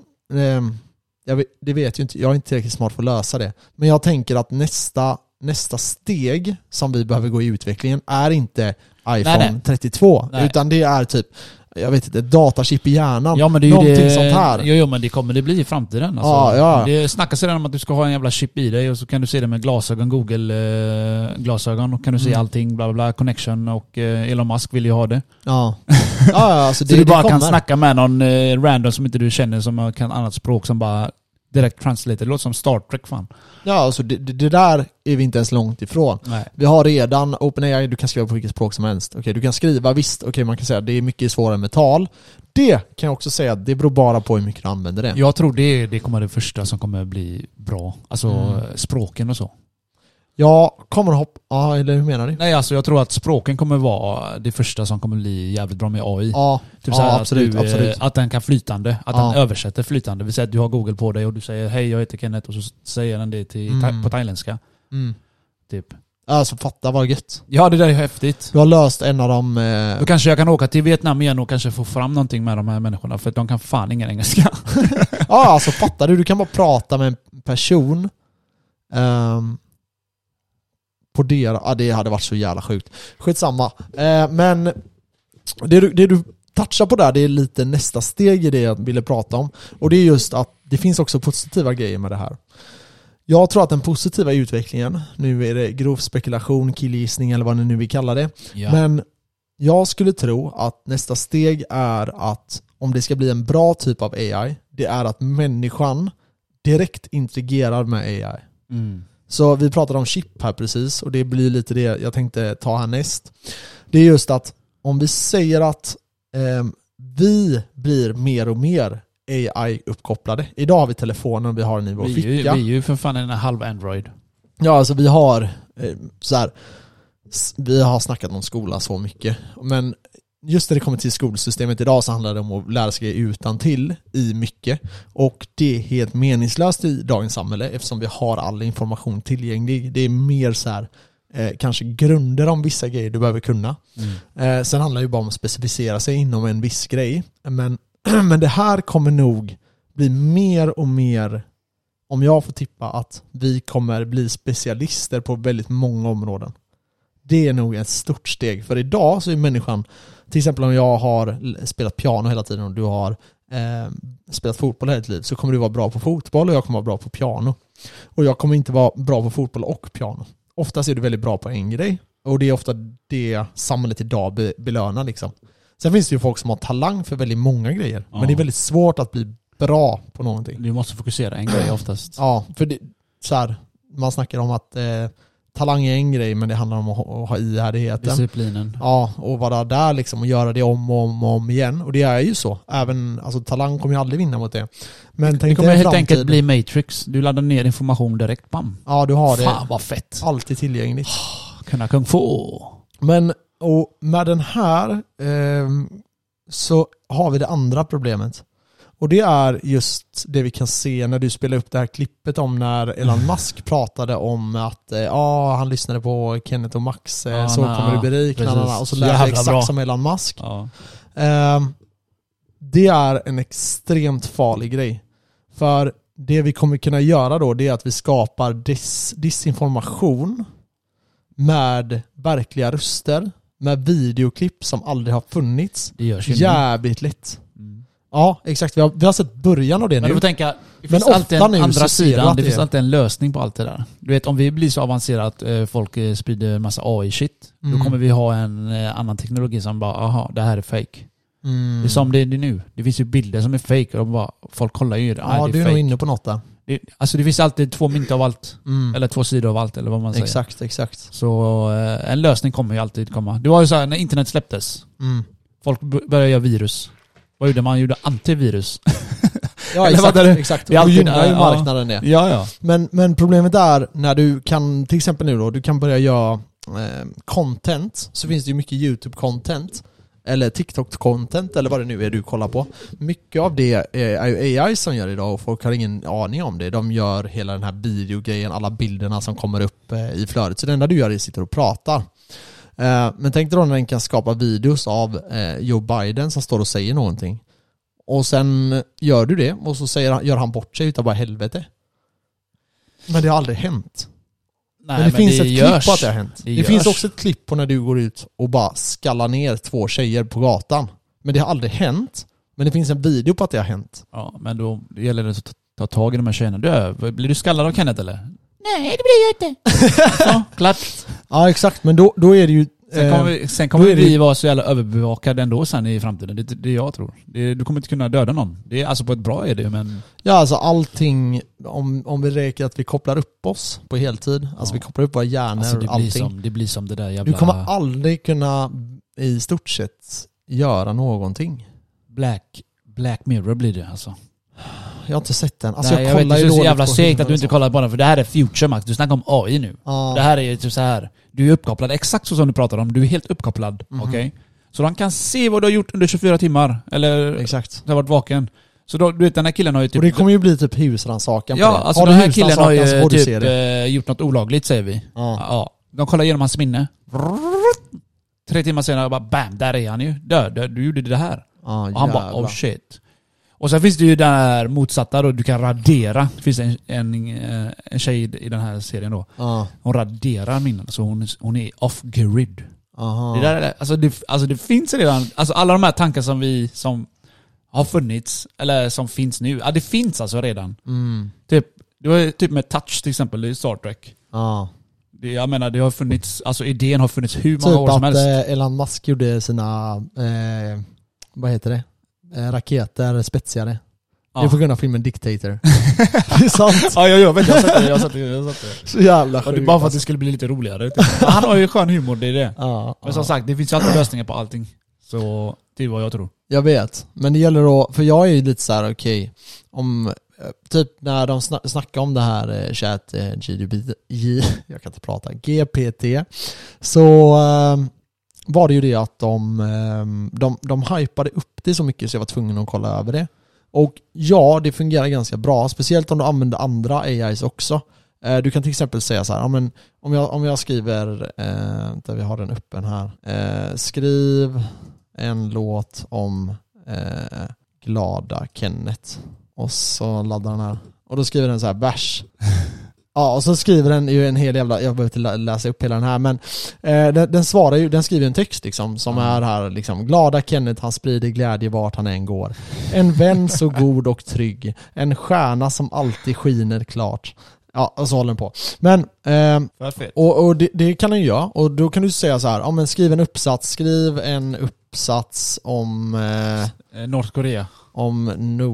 det vet ju inte. Jag är inte tillräckligt smart för att lösa det. Men jag tänker att nästa steg som vi behöver gå i utvecklingen är inte iPhone 32. Nej. Utan det är typ, jag vet inte, datachip i hjärnan. Ja, men det är någonting sånt här. Jo, men det kommer det bli i framtiden. Alltså. Ja. Det snackas redan om att du ska ha en jävla chip i dig och så kan du se det med glasögon, Google-glasögon och kan du se allting, bla bla bla, connection och Elon Musk vill ju ha det. Ja. Alltså så du bara kan snacka med någon random som inte du känner som kan annat språk som bara direkt translate. Det låter som Star Trek fan. Ja, alltså det där är vi inte ens långt ifrån. Nej. Vi har redan OpenAI, du kan skriva på vilket språk som helst. Okej, du kan skriva, visst, man kan säga att det är mycket svårare med tal. Det kan jag också säga att det beror bara på hur mycket du använder det. Jag tror det kommer det första som kommer bli bra. Alltså språken och så. Ja, eller hur menar du? Nej, alltså jag tror att språken kommer vara det första som kommer bli jävligt bra med AI. Ja, typ så här absolut. Att den kan flytande, att den översätter flytande. Vi säger att du har Google på dig och du säger hej, jag heter Kenneth och så säger den det på thailändska. Typ. Alltså fatta vad gött. Ja, det där är häftigt. Du har löst en av dem. Då kanske jag kan åka till Vietnam igen och kanske få fram någonting med de här människorna, för att de kan fan ingen engelska. Ja, alltså fattar du kan bara prata med en person på det. Ja, det hade varit så jävla sjukt. Skitsamma. Men det du touchar på där, det är lite nästa steg i det jag ville prata om. Och det är just att det finns också positiva grejer med det här. Jag tror att den positiva utvecklingen, nu är det grov spekulation, killgissning eller vad ni nu vill kalla det. Ja. Men jag skulle tro att nästa steg är att om det ska bli en bra typ av AI, det är att människan direkt interagerar med AI. Så vi pratade om chip här precis och det blir lite det jag tänkte ta härnäst. Det är just att om vi säger att vi blir mer och mer AI-uppkopplade. Idag har vi telefonen, vi har den i vår ficka. Vi är ju för fan en halv Android. Ja, alltså vi har så här, vi har snackat om skolan så mycket. Men just när det kommer till skolsystemet idag så handlar det om att lära sig utantill i mycket. Och det är helt meningslöst i dagens samhälle eftersom vi har all information tillgänglig. Det är mer så här, kanske grunder om vissa grejer du behöver kunna. Sen handlar det ju bara om att specificera sig inom en viss grej. Men det här kommer nog bli mer och mer, om jag får tippa, att vi kommer bli specialister på väldigt många områden. Det är nog ett stort steg. För idag så är människan, till exempel om jag har spelat piano hela tiden och du har spelat fotboll hela ditt liv, så kommer du vara bra på fotboll och jag kommer vara bra på piano. Och jag kommer inte vara bra på fotboll och piano. Oftast är du väldigt bra på en grej. Och det är ofta det samhället idag belönar liksom. Sen finns det ju folk som har talang för väldigt många grejer. Men det är väldigt svårt att bli bra på någonting. Du måste fokusera en grej oftast. Ja, för det, så här, man snackar om att talang är en grej, men det handlar om att ha ihärdigheten. Disciplinen. Ja, och vara där liksom och göra det om och om igen. Och det är ju så. Även, alltså, talang kommer ju aldrig vinna mot det. Men det kommer helt enkelt bli Matrix. Du laddar ner information direkt, bam. Ja, du har det. Fan vad fett. Alltid tillgängligt. Kunna kung fu. Men, och med den här så har vi det andra problemet. Och det är just det vi kan se när du spelar upp det här klippet om när Elon Musk pratade om att han lyssnade på Kenneth och Max, så kommer du bli rik, och så lär det exakt som Elon Musk. Ja. Det är en extremt farlig grej. För det vi kommer kunna göra då, det är att vi skapar disinformation med verkliga röster, med videoklipp som aldrig har funnits. Det görs ju jävligt lätt. Ja, exakt. Vi har sett början av det nu. Men du får tänka, det finns alltid en andra sidan. Det finns alltid en lösning på allt det där. Du vet, om vi blir så avancerat att folk sprider massa AI-shit, då kommer vi ha en annan teknologi som bara, aha, det här är fake. Det är som det är nu. Det finns ju bilder som är fake och bara, folk kollar ju det. Ja, du är nog inne på något där. Alltså det finns alltid 2 myntor av allt. Eller 2 sidor av allt, eller vad man säger. Exakt. Så en lösning kommer ju alltid komma. Det var ju så här, när internet släpptes. Folk började göra virus. Vad gjorde man? Gjorde antivirus. Ja, exakt. Det och gynnar ju marknaden det. Ja. Men problemet är när du kan, till exempel nu då, du kan börja göra content, så finns det ju mycket YouTube-content eller TikTok-content eller vad det nu är du kollar på. Mycket av det är ju AI som gör idag och folk har ingen aning om det. De gör hela den här videogrejen, alla bilderna som kommer upp i flödet. Så det enda du gör är att sitta och prata. Men tänk dig då när den kan skapa videos av Joe Biden som står och säger någonting. Och sen gör du det och så gör han bort sig utav bara helvete. Men det har aldrig hänt. Nej, men det finns ett klipp på att det har hänt. Det finns också ett klipp på när du går ut och bara skallar ner 2 tjejer på gatan. Men det har aldrig hänt. Men det finns en video på att det har hänt. Ja, men då gäller det att ta tag i de här tjejerna. Blir du skallad av Kenneth eller? Nej, det blir jag inte. Ja, klart. Ja, exakt. Men då är det ju... Sen kommer vi vara så jävla överbevakade ändå sen i framtiden. Det jag tror. Du kommer inte kunna döda någon. Det är alltså på ett bra är det, men... Ja, alltså allting, om vi räcker att vi kopplar upp oss på heltid. Alltså vi kopplar upp våra hjärnor alltså, och allting. Det blir som det där jävla... Du kommer aldrig kunna i stort sett göra någonting. Black Mirror blir det alltså. Jag har inte sett den. Alltså nej, jag kollar vet, ju det är så jävla segt att du inte kollar på den, för det här är future, Max. Du snackar om AI nu. Det här är typ så här. Du är uppkopplad exakt så som du pratar om. Du är helt uppkopplad. Okej? Så de kan se vad du har gjort under 24 timmar. Eller exakt. Du har varit vaken. Så då, du vet, den här killen har ju typ... Och det kommer ju bli typ husrannsakan på ja, det. alltså den här killen har ju typ gjort något olagligt, säger vi. Ja. De kollar igenom hans minne. 3 timmar senare bara bam, där är han ju. Död, du gjorde det här. Och han bara, oh shit. Och sen finns det ju den här motsatta då, du kan radera. Det finns en tjej i den här serien då. Hon raderar minnen, så hon är off-grid. Det där, alltså det finns redan, alltså alla de här tankar som har funnits, eller som finns nu, det finns alltså redan. Typ, det var typ med touch till exempel i Star Trek. Jag menar, det har funnits, alltså idén har funnits hur många år som helst. Typ att Elon Musk gjorde sina, vad heter det? Raketer spetsigare. Det är på grund av filmen Dictator. Det är sant. Ja, jag vet. Jag har sett det. Så jävla sjukt. Det är bara för att det skulle bli lite roligare. Han har ju skön humor, det är det. Men som sagt, det finns ju alltid lösningar på allting. Så det är vad jag tror. Jag vet. Men det gäller då, för jag är ju lite så här okej, om typ när de snackar om det här chat jag kan inte prata, GPT, så var det ju det att de hypade upp det så mycket så jag var tvungen att kolla över det. Och ja, det fungerar ganska bra, speciellt om du använder andra AIs också. Du kan till exempel säga så här, ja, men om jag skriver, där vi har den öppen här, skriv en låt om glada Kenneth. Och så laddar den här. Och då skriver den så här, bärs. Ja, och så skriver den ju en hel jävla, jag behöver inte läsa upp hela den här, men den svarar ju, den skriver en text liksom, som är här liksom, glada Kenneth, han sprider glädje vart han än går. En vän så god och trygg, en stjärna som alltid skiner klart. Ja, och så håller den på. Men och det kan den göra, och då kan du säga så här, ja men skriv en uppsats om Nordkorea. Om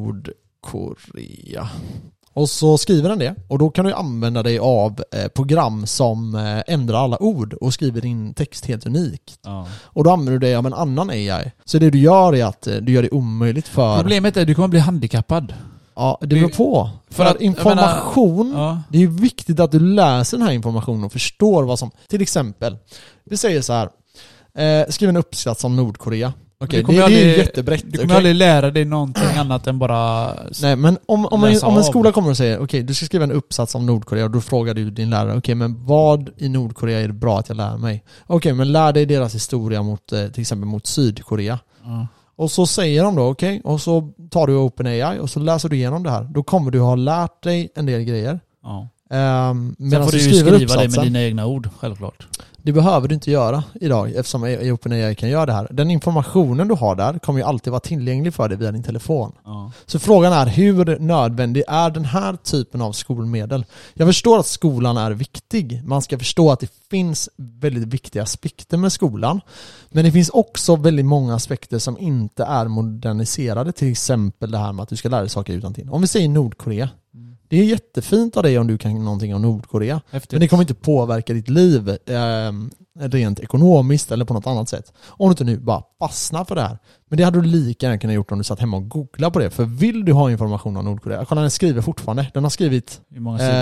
Nordkorea. Och så skriver den det. Och då kan du använda dig av program som ändrar alla ord och skriver din text helt unikt. Ja. Och då använder du dig av en annan AI. Så det du gör är att du gör det omöjligt för... Problemet är att du kommer bli handikappad. Ja, det beror på. För att information, det är viktigt att du läser den här informationen och förstår vad som... Till exempel, vi säger så här, skriv en uppsats om Nordkorea. Okej, det är ju jättebrett. Du kommer aldrig lära dig någonting annat än bara... Nej, men om en skola kommer och säger okej, du ska skriva en uppsats om Nordkorea, och då frågar du din lärare, okej, men vad i Nordkorea är det bra att jag lär mig? Okej, men lär dig deras historia mot, till exempel mot Sydkorea. Och så säger de då, okej, och så tar du OpenAI och så läser du igenom det här. Då kommer du ha lärt dig en del grejer. Ja. Sen får du ju skriva det med dina egna ord, självklart. Det behöver du inte göra idag, eftersom OpenAI kan göra det här. Den informationen du har där kommer ju alltid vara tillgänglig för dig via din telefon. Ja. Så frågan är, hur nödvändig är den här typen av skolmedel? Jag förstår att skolan är viktig. Man ska förstå att det finns väldigt viktiga aspekter med skolan. Men det finns också väldigt många aspekter som inte är moderniserade. Till exempel det här med att du ska lära dig saker utantill. Om vi säger Nordkorea. Det är jättefint av dig om du kan någonting om Nordkorea. Häftigt. Men det kommer inte påverka ditt liv rent ekonomiskt eller på något annat sätt. Om du inte nu bara fastnar för det här. Men det hade du lika gärna kunnat gjort om du satt hemma och googlade på det. För vill du ha information om Nordkorea? Kolla, den skriver fortfarande. Den har skrivit 2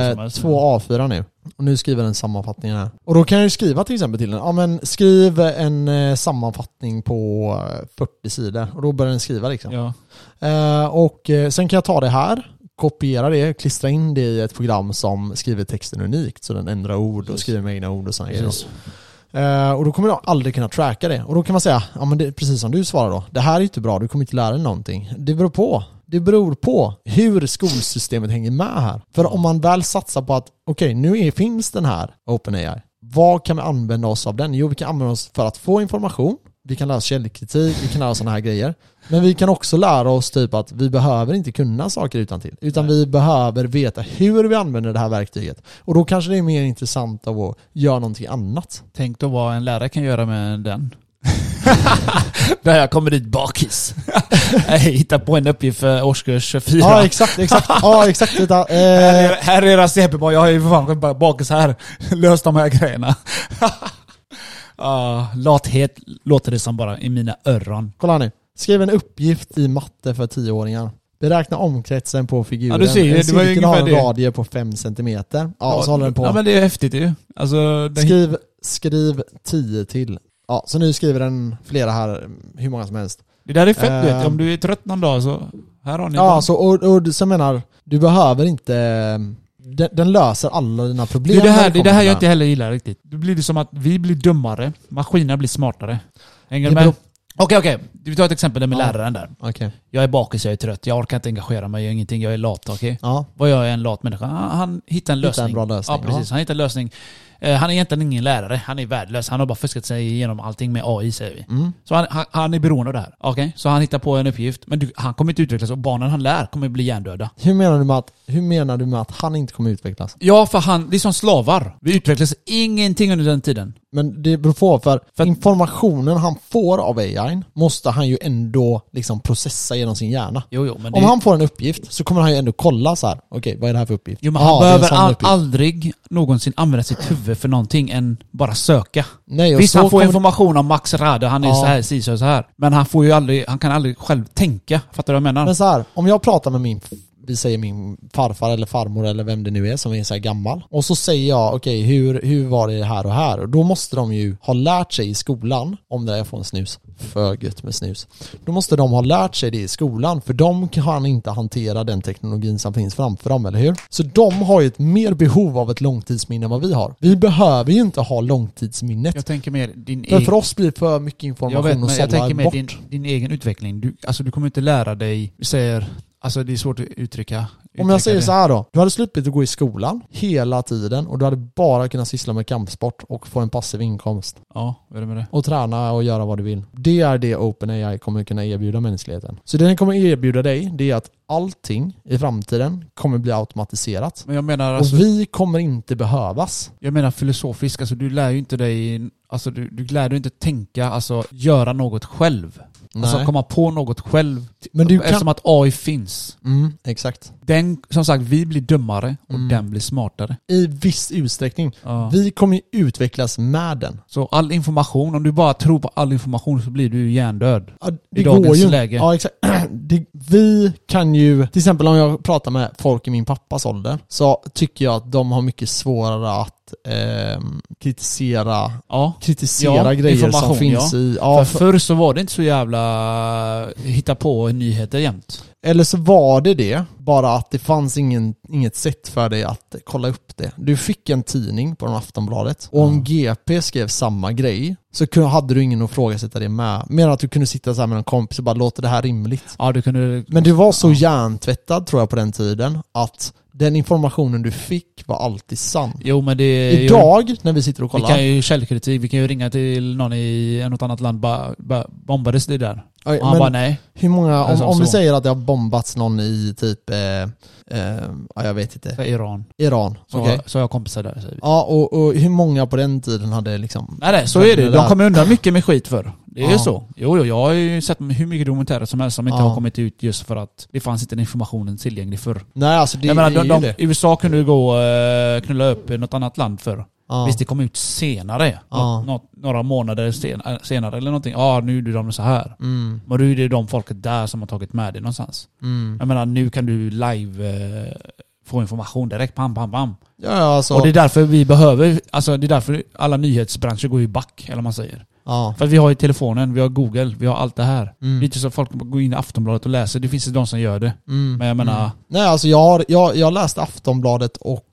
A4 nu. Och nu skriver den sammanfattningen här. Och då kan jag ju skriva till exempel till den. Ja, men skriv en sammanfattning på 40 sidor. Och då börjar den skriva liksom. Ja. Och sen kan jag ta det här, kopiera det, klistra in det i ett program som skriver texten unikt, så den ändrar ord och skriver med egna ord och sådana grejer. Och då kommer jag aldrig kunna tracka det. Och då kan man säga, ja men det är precis som du svarar då, det här är inte bra, du kommer inte lära dig någonting. Det beror på hur skolsystemet hänger med här. För om man väl satsar på att okej, nu finns den här OpenAI, vad kan vi använda oss av den? Jo, vi kan använda oss för att få information. Vi kan lära oss källkritik, vi kan lära oss sådana här grejer. Men vi kan också lära oss typ att vi behöver inte kunna saker utantill. Utan vi behöver veta hur vi använder det här verktyget. Och då kanske det är mer intressant att göra någonting annat. Tänk då vad en lärare kan göra med den. Där jag kommer dit bakis. Jag hittar på en uppgift för årskurs 4. Ja, exakt. Ja, exakt. Här är era CP-barn, jag har ju för fan bakis här. Lös de här grejerna. Lathet låter det som bara i mina öron. Kolla nu. Skriv en uppgift i matte för 10-åringar. Beräkna omkretsen på figuren. Ja, du ser ju, en cirkel har en radie på 5 centimeter. Ja, så håller den på. Ja, men det är häftigt ju. Alltså, skriv 10 till. Ja, så nu skriver den flera här, hur många som helst. Det där är fett, vet. Om du är trött någon dag så här har ni. Ja, så, och så menar, du behöver inte... Den löser alla dina problem. Det är det här jag inte heller gillar riktigt. Det blir det som att vi blir dummare, maskinerna blir smartare. Hänger du med? Okej. Vi tar ett exempel med läraren där. Okay. Jag är bakis, jag är trött, jag orkar inte engagera mig, jag gör ingenting, jag är lat, okej? Ja. Vad gör en lat människa? Han hittar en lösning. En bra lösning. Ja, precis. Han hittar en lösning. Han är egentligen ingen lärare, han är värdelös. Han har bara fuskat sig igenom allting med AI, säger vi. Så han är beroende av det här. Okej? Så han hittar på en uppgift, men han kommer inte utvecklas, och barnen han lär kommer bli hjärndöda. Hur menar du med att han inte kommer utvecklas? Ja, för det är som slavar. Vi utvecklas ingenting under den tiden. Men det beror på, för informationen han får av AI måste han ju ändå liksom processa genom sin hjärna. Jo, men om han får en uppgift så kommer han ju ändå kolla så här. Okej, vad är det här för uppgift? Jo, men han behöver aldrig någonsin använda sitt huvud för någonting än bara söka. Nej, visst, han får information om Max Rade, han är så här. Men han kan aldrig själv tänka. Fattar du vad jag menar? Men så här, om jag pratar med vi säger min farfar eller farmor eller vem det nu är som är så här gammal. Och så säger jag, okej, hur var det här och här? Och då måste de ju ha lärt sig i skolan, om det är får en snus, för gött med snus. Då måste de ha lärt sig det i skolan, för de kan inte hantera den teknologin som finns framför dem, eller hur? Så de har ju ett mer behov av ett långtidsminne än vad vi har. Vi behöver ju inte ha långtidsminnet. Jag tänker mer för oss blir för mycket information och jag tänker mer bort. Din egen utveckling. Du kommer inte lära dig, vi säger, alltså det är svårt att uttrycka. Om jag säger så här då, du hade sluppit att gå i skolan hela tiden och du hade bara kunnat syssla med kampsport och få en passiv inkomst. Ja, vad är det med det? Och träna och göra vad du vill. Det är det OpenAI kommer kunna erbjuda mänskligheten. Så det den kommer erbjuda dig, det är att allting i framtiden kommer bli automatiserat. Men jag menar alltså, och vi kommer inte behövas. Jag menar filosofiskt, alltså du lär ju inte dig, alltså du lär dig inte tänka, alltså göra något själv. Nej. Alltså komma på något själv. Men du eftersom att AI finns. Exakt. Den, som sagt, vi blir dummare och den blir smartare. I viss utsträckning. Ja. Vi kommer ju utvecklas med den. Så all information, om du bara tror på all information så blir du hjärndöd. Ja, det i går dagens ju. läge. Ja, exakt. Vi kan ju, till exempel om jag pratar med folk i min pappas ålder, så tycker jag att de har mycket svårare att kritisera grejer som finns i... Ja, för förr så var det inte så jävla hitta på nyheter jämt. Eller så var det bara att det fanns inget sätt för dig att kolla upp det. Du fick en tidning på Aftonbladet och om GP skrev samma grej så hade du ingen att ifrågasätta det med. Mer att du kunde sitta så här med en kompis och bara låta det här rimligt. Ja, du kunde... Men du var så hjärntvättad tror jag på den tiden att den informationen du fick var alltid sann. Jo, men det... Idag när vi sitter och kollar... Vi kan ju källkritik, vi kan ju ringa till någon i något annat land, bara bombades det där. Oj, och han bara nej. Hur många, om vi säger att det har bombats någon i typ, jag vet inte. Iran. Så har jag kompisar där, säger vi. Ja, och hur många på den tiden hade liksom... Nej, så är det. De kommer undan mycket med skit för. Det är ju så. Jo, jag har ju sett hur mycket dokumentärer som helst som inte har kommit ut just för att det fanns inte den informationen tillgänglig för. Nej, alltså det är ju det. USA kunde ju gå knulla upp något annat land för. Visst, det kom ut senare. Några månader senare eller någonting. Nu är det de så här. Men då är det de folket där som har tagit med det någonstans. Jag menar, nu kan du live få information direkt. Pam. Ja, alltså. Och det är därför vi behöver, alltså det är därför alla nyhetsbranscher går i back, eller man säger. Ja. För att vi har ju telefonen, vi har Google, vi har allt det här. Det är inte så att folk går in i Aftonbladet och läser. Det finns ju de som gör det. Men jag menar... Nej, alltså jag läste Aftonbladet och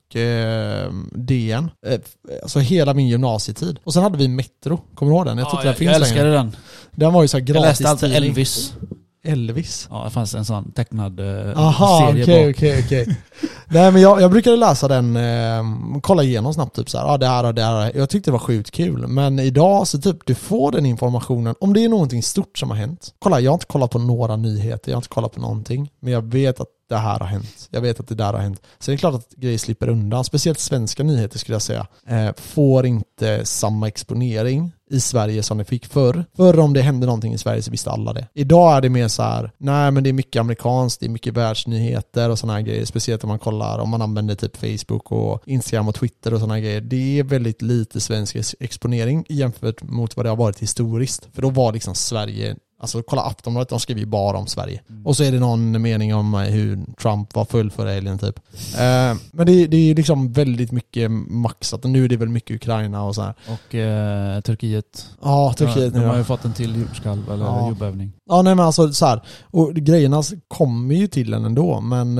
DN, alltså hela min gymnasietid. Och sen hade vi Metro, kommer du ihåg den? Jag älskade den. Den var ju så här gratis. Jag läste alltid Elvis? Ja, det fanns en sån tecknad serie. Okej. Nej, men jag brukade läsa den, kolla igenom snabbt typ så här, det här. Jag tyckte det var sjukt kul, men idag så typ du får den informationen om det är någonting stort som har hänt. Kolla, jag har inte kollat på några nyheter, jag har inte kollat på någonting, men jag vet att det här har hänt. Jag vet att det där har hänt. Så det är klart att grejer slipper undan. Speciellt svenska nyheter skulle jag säga. Får inte samma exponering i Sverige som det fick förr. Förr om det hände någonting i Sverige så visste alla det. Idag är det mer så här, nej men det är mycket amerikanskt, det är mycket världsnyheter och såna här grejer. Speciellt om man kollar, om man använder typ Facebook och Instagram och Twitter och såna här grejer. Det är väldigt lite svensk exponering jämfört mot vad det har varit historiskt. För då var liksom Sverige... Alltså kolla Aftonbladet, de skriver ju bara om Sverige. Och så är det någon mening om hur Trump var full för helgen typ. Men det är liksom väldigt mycket maxat. Och nu är det väl mycket Ukraina och så här. Och Turkiet. Ja, Turkiet. De har ju fått en till jordskalv eller jordbävning. Ja, nej men alltså så här. Och grejerna kommer ju till en ändå. Men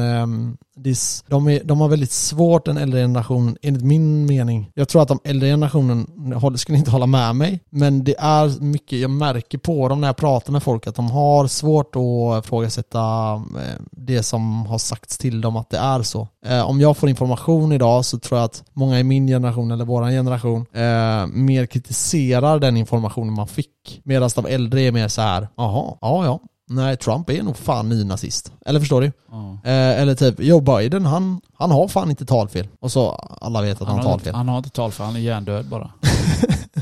de har väldigt svårt, den äldre generationen, enligt min mening. Jag tror att de äldre generationen skulle inte hålla med mig. Men det är mycket, jag märker på dem när jag pratar med folk att de har svårt att ifrågasätta det som har sagts till dem att det är så. Om jag får information idag så tror jag att många i min generation eller våran generation mer kritiserar den informationen man fick. Medan de äldre är mer så här, ja. Nej, Trump är nog fan nynazist. Eller förstår du? Eller typ, Joe Biden, han har fan inte talfel. Och så alla vet att han har talfel. Han har inte talfel, han är hjärndöd bara.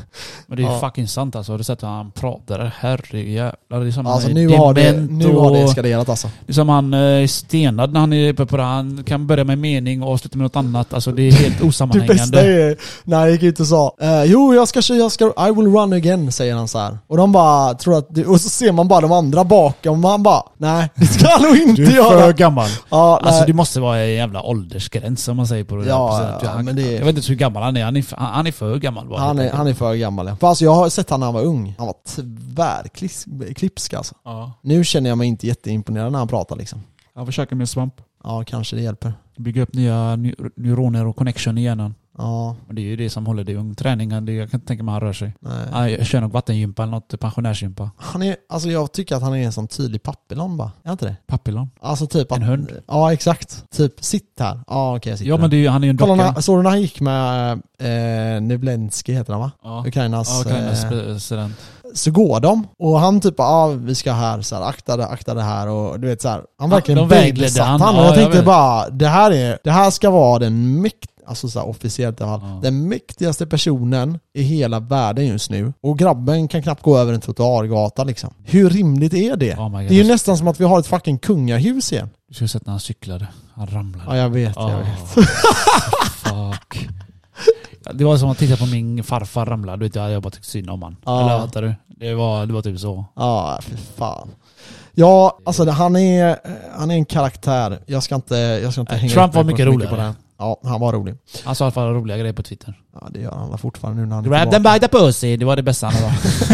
Men det är ju fucking sant alltså. Har du sett hur han pratar? Herrejävlar. Det är som Alltså han nu har det eskalerat alltså. Det är som han är stenad när han är uppe på det. Han kan börja med mening och avsluta med något annat. Alltså det är helt osammanhängande. Det bästa är när han gick ut och sa jo jag ska I will run again, säger han så här. Och de bara tror att och så ser man bara de andra bakom och han bara nej, det ska han nog inte göra. Du är för gammal. Ja, alltså det måste vara en jävla åldersgräns som man säger på det. Men det jag vet inte hur gammal han är. Han är för gammal. Han är för gammal. Ja. För alltså jag har sett han när han var ung. Han var tvärklipsk alltså. Ja. Nu känner jag mig inte jätteimponerad när han pratar liksom. Jag försöker med svamp. Ja, kanske det hjälper. Bygga upp nya neuroner och connection i hjärnan. Ja. Men det är ju det som håller dig ung. Träningen, jag kan inte tänka mig att han rör sig. Nej. Jag kör nog vattengympa eller något pensionärsgympa. Jag tycker att han är en sån tydlig papillon bara. Är inte det? Papillon? Alltså typ en hund? Ja, exakt. Typ, sitt här. Ja, okej, sitt. Ja, men han är ju en docka. Såg du när han gick med Nevlensky heter han va? Ja. Ukrainas president. Så går de och han typ vi ska här så här akta det här och du vet så här. Han verkligen vägledde han. Och jag tänkte bara det här ska vara den alltså så här, officiellt i alla fall, den mäktigaste personen i hela världen just nu. Och grabben kan knappt gå över en trottoargata liksom. Hur rimligt är det? Oh det är ju nästan som att vi har ett fucking kungahus igen. Du skulle sett när han cyklade. Han ramlade. Ja, jag vet. Fuck. Det var som att titta på min farfar ramla. Du vet, jag hade jobbat synd om han. Eller väntar du? Det var typ så. Ja, för fan. Ja, alltså han är en karaktär. Jag ska inte hänga Trump var mycket roligare på det. Ja, han var rolig. Han sa i alla fall roliga grejer på Twitter. Ja, det gör han fortfarande nu när han Grab them by the pussy. Det var det bästa han var.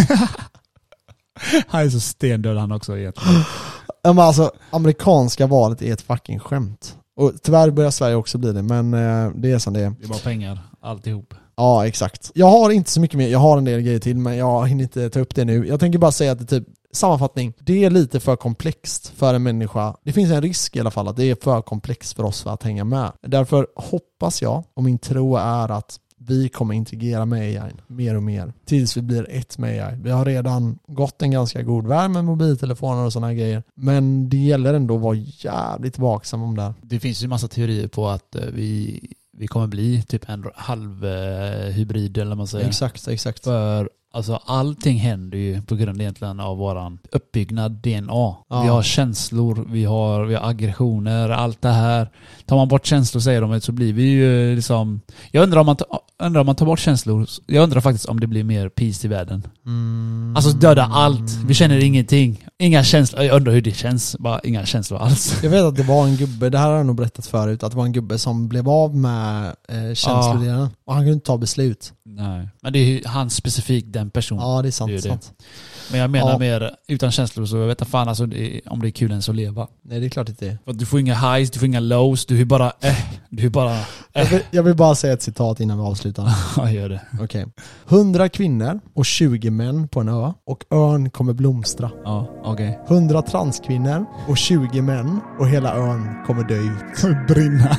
Han är så stendöd han också egentligen. Men alltså, amerikanska valet är ett fucking skämt. Och tyvärr börjar Sverige också bli det, men det är som det är. Det är bara pengar, alltihop. Ja, exakt. Jag har inte så mycket mer. Jag har en del grejer till, men jag hinner inte ta upp det nu. Jag tänker bara säga att det typ sammanfattning, det är lite för komplext för en människa. Det finns en risk i alla fall att det är för komplext för oss för att hänga med. Därför hoppas jag, och min tro är att vi kommer integrera med AI mer och mer tills vi blir ett med AI. Vi har redan gått en ganska god väg med mobiltelefoner och sådana grejer. Men det gäller ändå att vara jävligt vaksam om det. Det finns ju massa teorier på att vi kommer bli typ en halvhybrid eller vad man säger. Exakt. För alltså allting händer ju på grund egentligen av våran uppbyggnad DNA. Ja. Vi har känslor, vi har aggressioner, allt det här. Tar man bort känslor, säger de, så blir vi ju liksom... Jag undrar om man tar bort känslor. Jag undrar faktiskt om det blir mer peace i världen. Alltså döda allt. Vi känner ingenting. Inga känslor. Jag undrar hur det känns. Bara inga känslor alls. Jag vet att det var en gubbe, det här har jag nog berättat förut, att det var en gubbe som blev av med känslodelen. Och han kunde inte ta beslut. Nej. Men det är ju han specifikt, den personen. Ja, det är sant. Sant. Men jag menar mer utan känslor, så jag vet inte fan alltså, om det är kul ens att leva. Nej, det är klart att det är. För du får inga highs, du får inga lows, du är bara Jag vill bara säga ett citat innan vi avslutar. Ja, gör det. Okej. 100 kvinnor och 20 män på en ö och ön kommer blomstra. Ja, okej. 100 transkvinnor och 20 män och hela ön kommer dö ut. Brinna.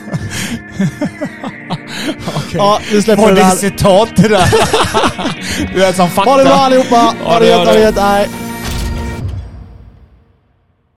Okay. Ja, nu släpper det där. Citat det där. Du är som fakta. Ha det bra allihopa. Ha det gött. Nej.